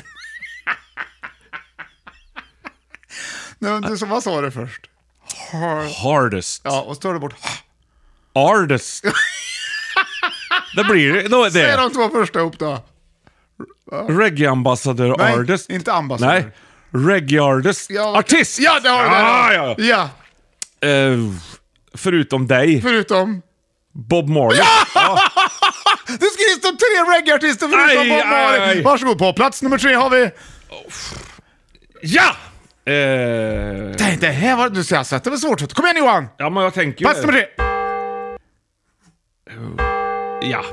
Nej, du, vad sa du först? Hardest. Ja, och så tar du bort Hardest. Det blir det. Då är det. Säg de 2 första ihop då. Reggae Ambassador. Nej, Artist. inte Ambassador. Nej. Reggae Artist. Ja, artist. Ja, det har du. Ja. Förutom dig. Förutom Bob Marley. Ja! Det ska stå 3 reggae-artister förutom Bob Marley. Varsågod, på plats nummer 3 har vi... Ja! Det här var... Du ser att det var svårt. Kom igen, Johan! Ja, men jag tänker... Plats nummer 3. Ja.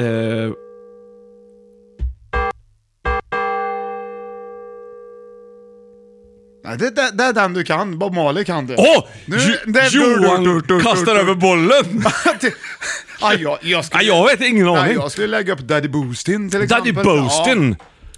Nej, det är den du kan. Bob Marley kan du. Johan kastar över bollen. Jag vet ingen aning. Jag skulle lägga upp Daddy Boostin till exempel. Daddy Boostin.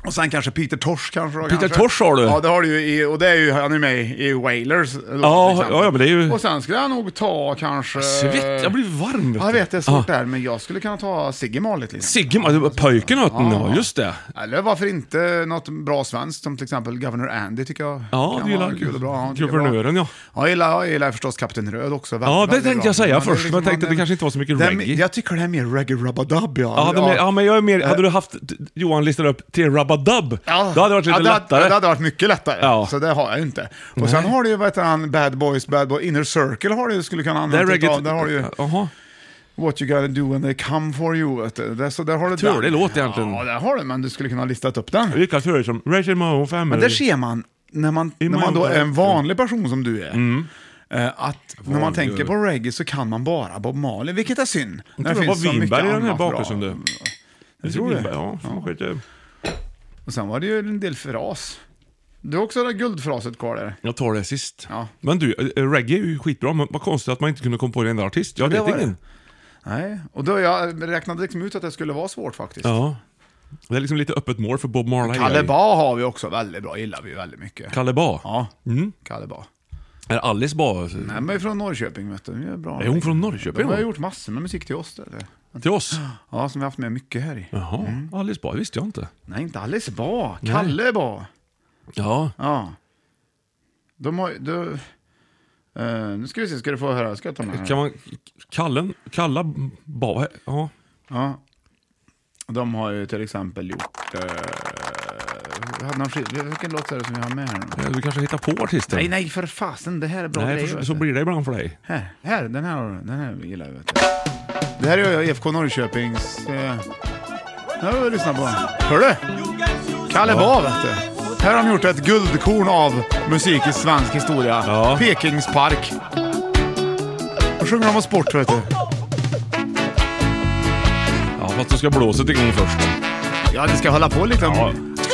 Och sen kanske Peter Tosh kanske då, Peter Tosh har du? Ja, det har du ju och det är ju, han är med i Wailers. Ja, men det är ju... Och sen skulle jag nog ta kanske... Svett, jag blir varm. Jag vet, det är svårt där, men jag skulle kunna ta Sigge Marley liksom. Sigge Marley, pojken ja, just det. Eller varför inte något bra svenskt som till exempel Governor Andy tycker jag. Ja, det gillar kul och bra. Guvernören, ja. Ja, jag gillar förstås Kapten Röd också. Ja, det tänkte jag säga först, men jag tänkte det kanske inte var så mycket reggae. Jag tycker det är mer reggae rubba-dub, ja, men jag är mer, hade du haft Johan listat upp till rubba-dub, då hade det varit lite lättare. Det hade varit mycket lättare, så det har jag inte. Och Nej. sen har du ju, vad heter han, Bad Boy, Inner Circle har du skulle kunna använda. Där har du ju What You Gotta Do When They Come For You, vet du. Så där har du det låter egentligen. Ja, där har du, men du skulle kunna listat upp den. Vilka tur som Rachel Moe Family. Men där ser man, när man då är en vanlig person som du är, att när man tänker på reggae så kan man bara Bob Marley, vilket är synd. Det finns så mycket i den här bakelsen. Jag tror det. Ja. Och sen var det ju en del fras. Du har också det guldfraset kvar där. Jag tar det sist. Ja. Men du, reggae är ju skitbra, men vad konstigt att man inte kunde komma på en enda artist. Jag vet ingen. Nej, och då jag räknade liksom ut att det skulle vara svårt faktiskt. Ja. Det är liksom lite öppet mål för Bob Marley. Kalle Ba har vi också väldigt bra, gillar vi väldigt mycket. Kalle Ba? Ja, Kalle Ba. Är Alice Ba? Nej, men från Norrköping, vet du. Det är bra. Är hon från Norrköping? De har gjort massor med musik till oss. Till oss? Ja, som vi har haft med mycket här i. Jaha, Alice Ba, visste jag inte. Nej, inte Alice Ba, Kalle Ba. Ja. De har... nu ska vi se, ska du få höra, ska jag ta med här. Kan man... Kalla Ba... Ja. Ja. De har ju till exempel gjort... vilken låt är det som vi har med här nu? Du kanske hittar på artisten. Nej, för fasen, det här är bra. Nej, så blir det ibland för dig. Den här gillar jag, vet du. Det här är ju IFK Norrköpings... Nu har vi lyssnat på. Hör du? Kalle Ba, vet du. Här har de gjort ett guldkorn av musik i svensk historia. Ja. Pekingspark. Och sjunger de om sport, vet du. Ja, fast du ska blåset igång först. Ja, det ska hålla på lite. Ja,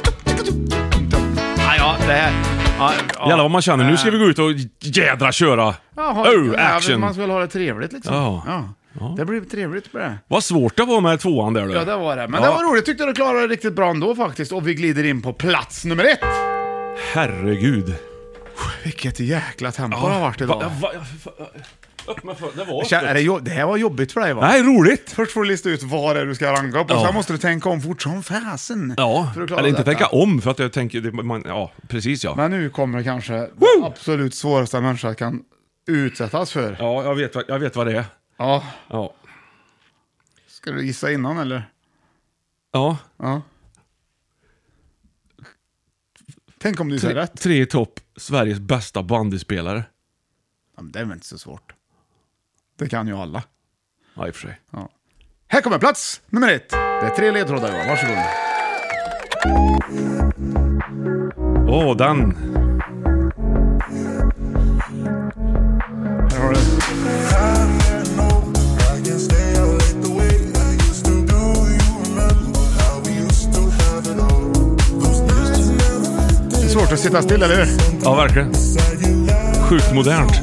det här... Jävlar vad man känner, nu ska vi gå ut och jädra köra. Action. Man ska väl ha det trevligt liksom. Ja. Det blir trevligt på det. Vad svårt det var med tvåan där då. Ja, det var det. Men det var roligt, tyckte du klarade det riktigt bra ändå faktiskt. Och vi glider in på plats nummer 1. Herregud. Vilket jäkla tempo det har varit idag. Det här var jobbigt för dig, va? Nej, roligt. Först får du lista ut vad det är du ska ranka upp. Och sen måste du tänka om fort som fäsen. Ja, eller inte tänka om, för att jag tänker... Ja, precis ja. Men nu kommer kanske det absolut svåraste människan kan utsättas för. Ja, jag vet vad det är. Ja. Ja. Ska du gissa innan, eller? Ja. Tänk om du säger rätt. 3 topp Sveriges bästa bandyspelare. Ja, men det är väl inte så svårt. Det kan ju alla. Ja, i och för sig. Ja. Här kommer plats nummer 1. Det är 3 ledtrådar, va? Varsågod. Den. Här har du. Det är svårt att sitta still, eller hur? Ja, verkligen. Sjukt modernt.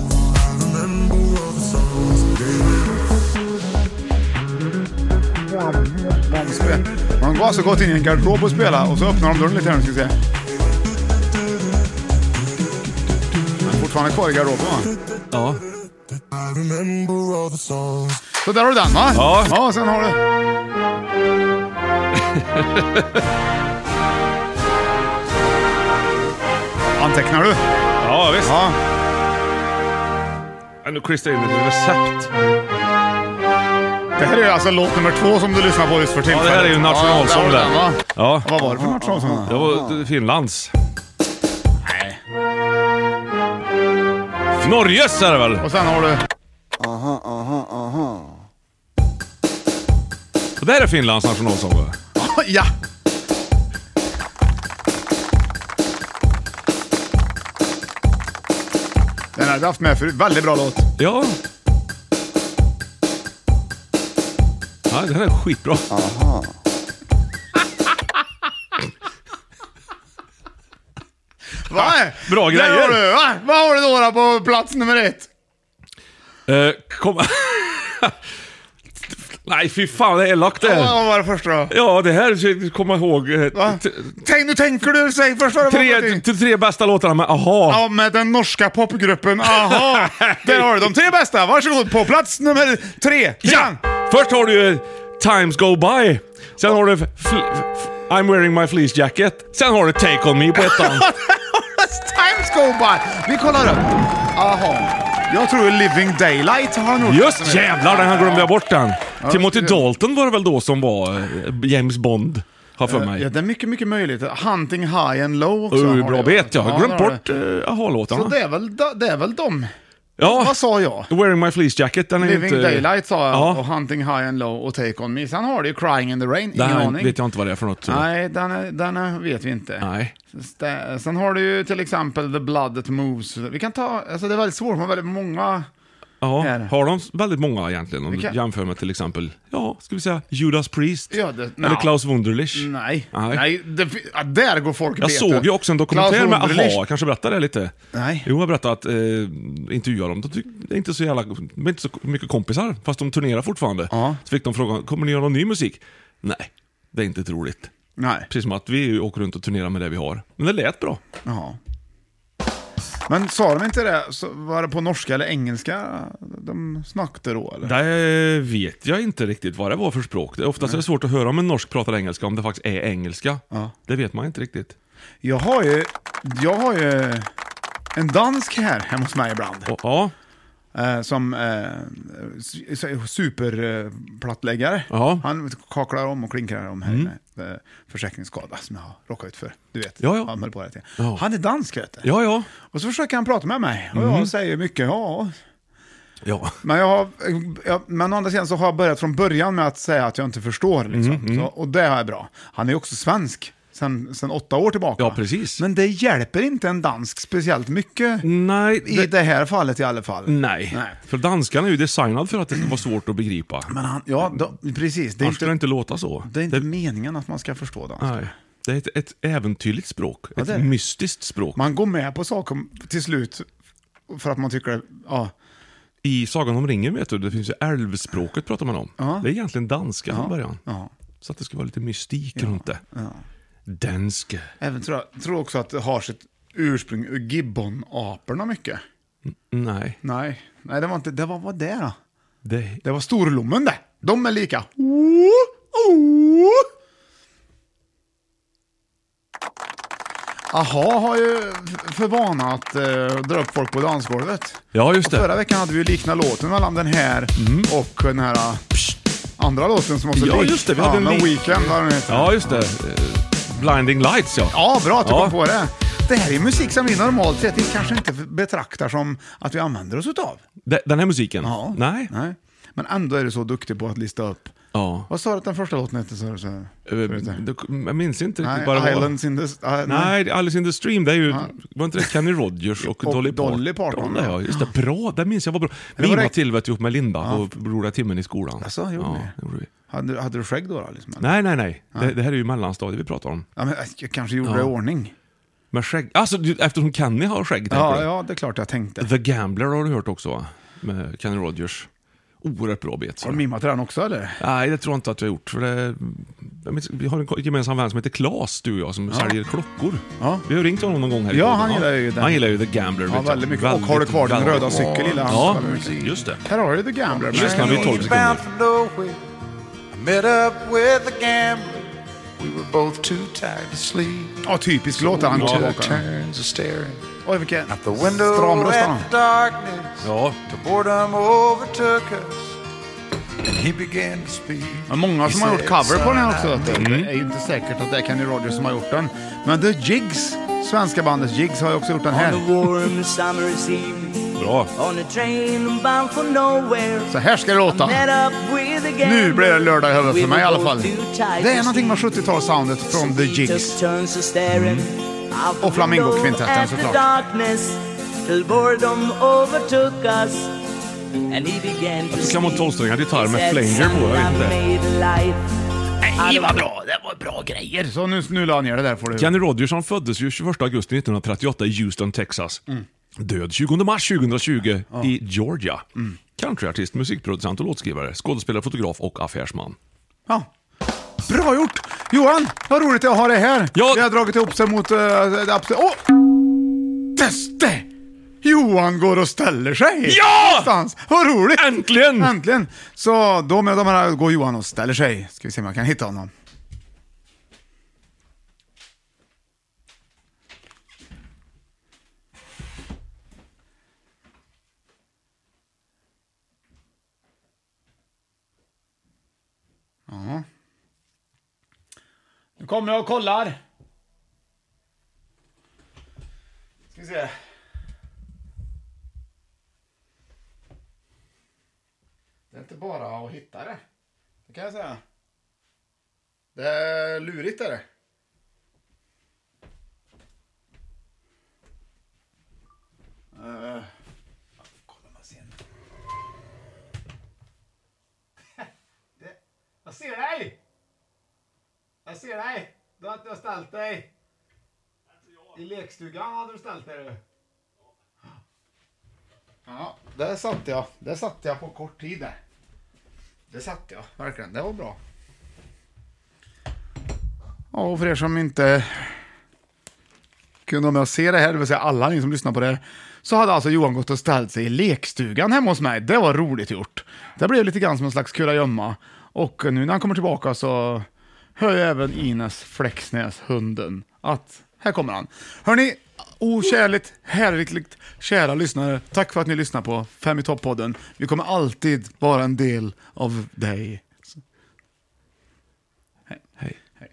Man går alltså gått in i en garderob och spela och så öppnar de dörren lite här, ska vi se. Man är fortfarande kvar i garderoben, va? Ja. Så där har du den, va? Ja, sen har du... Antecknar du? Ja, visst. Ja. Nu klistrar in ett recept. Det här är alltså låt nummer 2 som du lyssnar på just för tillfället. Ja, det här är ju nationalsång där. Ja. Vad var det för nationalsång? Det var Finlands. Nej. Norges är det väl? Och sen har du... Och det här är Finlands nationalsång, va? Ja. Den har vi haft med förut. Väldigt bra låt. Ja. Ja, den är skitbra. Aha. Bra grejer. Har du, va? Vad har du då på plats nummer 1? Nej, fy fan, det är elakt det här. Vad var det första då? Ja, det här kommer jag ihåg. Nu tänker du sig första tre bästa låtarna med Aha. Ja, med den norska popgruppen Aha. Där har du de 3 bästa. Varsågod på plats nummer 3. Ja! Först har du Times Go By. Sen har du I'm Wearing My Fleece Jacket. Sen har du Take On Me på ettan. Times Go By. Vi kollar upp. Aha. Jag tror Living Daylight har nog. Just jävlar, den glömde jag bort den. Ja, Timothy Dalton var det väl då som var James Bond, har för mig. Ja, det är mycket, mycket möjligt. Hunting High and Low också. Bra bet, jag har glömt bort Aha-låtarna. Så det är väl de. Ja. Vad sa jag? Wearing My Fleece Jacket, den är Living inte... Daylight sa jag, ja. Och Hunting High and Low och Take On Me. Sen har du ju Crying in the Rain, ingen aning. vet jag inte vad det är för något. Nej, den vet vi inte. Nej. Sen har du ju till exempel The Blood That Moves. Vi kan ta, alltså det är väldigt svårt, man har väldigt många... Ja, här. har de väldigt många egentligen? Om du jämför med till exempel, ska vi säga Judas Priest? Eller Klaus Wunderlich? Nej. Där går folk Jag bete. såg ju också en dokumentär med Aha, kanske berätta det lite. Nej. Jo, jag berättade att intervjuade dem. De är inte så mycket kompisar, fast de turnerar fortfarande. Så fick de frågan, kommer ni göra någon ny musik? Nej, det är inte troligt. Nej. Precis som att vi åker runt och turnerar med det vi har. Men det lät bra. Jaha. Men sa de inte det? Så var det på norska eller engelska de snackade då? Eller? Det vet jag inte riktigt vad det var för språk. Oftast är det svårt att höra om en norsk pratar engelska, om det faktiskt är engelska. Ja. Det vet man inte riktigt. Jag har ju en dansk här hemma hos mig ibland. Ja. Som superplattläggare. Han kaklar om och klinkar om här med försäkringsskada som jag har råkat ut för. Du vet, han höll på det till. Han är dansk, vet du. Ja. Och så försöker han prata med mig. Och jag säger mycket, Ja. Men å andra sidan så har jag börjat från början med att säga att jag inte förstår. Liksom. Så, och det är bra. Han är också svensk. Sen 8 år tillbaka. Ja, precis. Men det hjälper inte en dansk speciellt mycket. Nej. I det här fallet i alla fall. Nej. För danskan är ju designad för att det ska vara svårt att begripa. Men precis. Det ska inte låta så. Det är inte meningen att man ska förstå danska. Nej. Det är ett äventyrligt språk. Ett mystiskt språk. Man går med på saker till slut för att man tycker det, I Sagan om ringen, vet du, det finns ju älvspråket pratar man om. Det är egentligen danska från början. Så att det ska vara lite mystik runt det. Danska. Även tror också att det har sitt ursprung ur gibbon-aporna mycket. Nej, det var inte. Det var vad det då? Det var storlommen det. De är lika. Aha har ju för vana att dra upp folk på dansgolvet. Ja, just det. Och förra veckan hade vi ju liknande låten mellan den här och den här andra låten som också just det, vi hade en Weekend. Ja, just det. Blinding Lights, Ja, bra att du kom på det. Det här är musik som vi normalt sett kanske inte betraktar som att vi använder oss utav. Den här musiken? Ja. Nej. Men ändå är du så duktig på att lista upp. Ja. Vad sa du att den första låten hette? Jag minns inte riktigt vad det var. Islands in the... Nej, Alice in the Stream, det är ju... Var inte det Kenny Rogers och Dolly Parton? Ja, just det. Bra, det minns jag var bra. Vi var till vet ihop med Linda och Broder Timmen i skolan. Alltså, gjorde vi. Hade du skägg då? Liksom? Nej. Det här är ju mellanstadiet vi pratar om. Ja, men jag kanske gjorde det i ordning. Med skägg? Alltså, eftersom Kenny har skägg. Ja, det är klart jag tänkte. The Gambler har du hört också, va? Med Kenny Rogers. Oerhört bra bet. Har du mimmat den också, eller? Nej, det tror jag inte att jag har gjort. För vi har en gemensam vän som heter Claes, du och jag, som säljer klockor. Ja. Vi har ringt honom någon gång här. Ja, han gillar ju den. Han gillar ju The Gambler. Ja, väldigt mycket. Och har du kvar den röda cykel lilla? Ja, just det. Här har du The Gambler. Lyssnar vi 12 sekunder. Met up with the gambler. We were both too tired to sleep. Ja, typisk låt han går tillbaka. Oj, vilken stram röst han. Ja. Men många som har gjort cover på den här också. Det är ju inte säkert att det är Kenny Rogers som har gjort den. Men The Jigs, svenska bandet Jigs, har ju också gjort den här. Bra. Så här ska det låta. Nu blir det lördag i huvudet för mig i alla fall. Det är någonting med 70-talssoundet från The Jigs. Och Flamingo-kvintetten såklart. Jag tror kan man 12-strängad gitarr med flanger på, jag vet inte. Nej, vad bra. Det var bra grejer. Så nu la ner det där får du. Kenny Rogers, han föddes ju 21 augusti 1938 i Houston, Texas. Död 20 mars 2020 i Georgia. Countryartist, musikproducent och låtskrivare, skådespelare, fotograf och affärsman. Ja. Bra gjort! Johan, vad roligt att ha dig här. Ja. Vi har dragit ihop sig mot... Teste! Johan går och ställer sig. Ja! Någonstans. Vad roligt! Äntligen! Äntligen! Så då med de här går Johan och ställer sig. Ska vi se om jag kan hitta honom. Ja. Nu kommer jag och kollar. Ska vi se. Det är inte bara att hitta det. Det kan jag säga. Det är lurigt är det. Kolla man ser. Jag ser dig! Jag ser dig! Du har ställt dig. I lekstugan hade du ställt dig. Ja, där satt jag. Där satt jag på kort tid där. Det satt jag, verkligen. Det var bra. Ja, och för er som inte kunde vara med och se det här, det vill säga alla ni som lyssnar på det, så hade alltså Johan gått och ställt sig i lekstugan hemma hos mig. Det var roligt gjort. Det blev lite grann som en slags kurragömma. Och nu när han kommer tillbaka så hör jag även Ines Flexnäs, hunden, att här kommer han. Hörrni, okärligt, härligt, kära lyssnare, tack för att ni lyssnar på 5 i topp-podden. Vi kommer alltid vara en del av dig. Hej. Hej. Hej.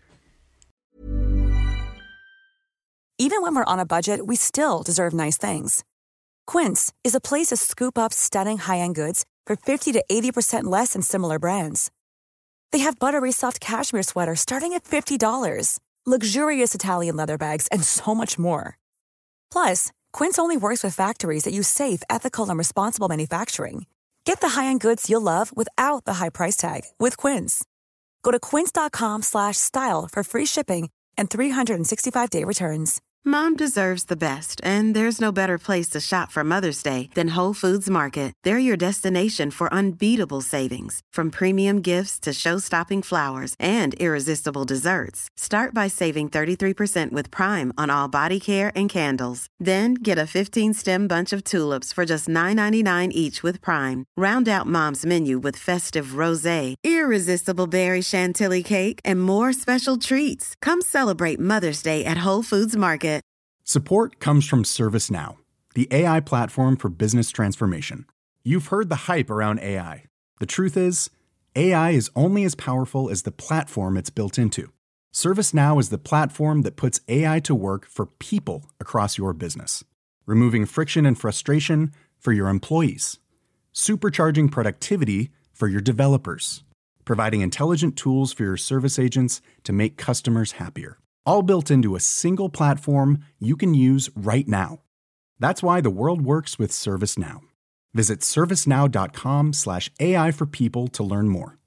Even when we're on a budget, we still deserve nice things. Quince is a place to scoop up stunning high-end goods for 50 to 80% less than similar brands. They have buttery soft cashmere sweaters starting at $50, luxurious Italian leather bags, and so much more. Plus, Quince only works with factories that use safe, ethical, and responsible manufacturing. Get the high-end goods you'll love without the high price tag with Quince. Go to quince.com/style for free shipping and 365-day returns. Mom deserves the best, and there's no better place to shop for Mother's Day than Whole Foods Market. They're your destination for unbeatable savings, from premium gifts to show-stopping flowers and irresistible desserts. Start by saving 33% with Prime on all body care and candles. Then get a 15-stem bunch of tulips for just $9.99 each with Prime. Round out Mom's menu with festive rosé, irresistible berry chantilly cake, and more special treats. Come celebrate Mother's Day at Whole Foods Market. Support comes from ServiceNow, the AI platform for business transformation. You've heard the hype around AI. The truth is, AI is only as powerful as the platform it's built into. ServiceNow is the platform that puts AI to work for people across your business, removing friction and frustration for your employees, supercharging productivity for your developers, providing intelligent tools for your service agents to make customers happier. All built into a single platform you can use right now. That's why the world works with ServiceNow. Visit servicenow.com/AI for people to learn more.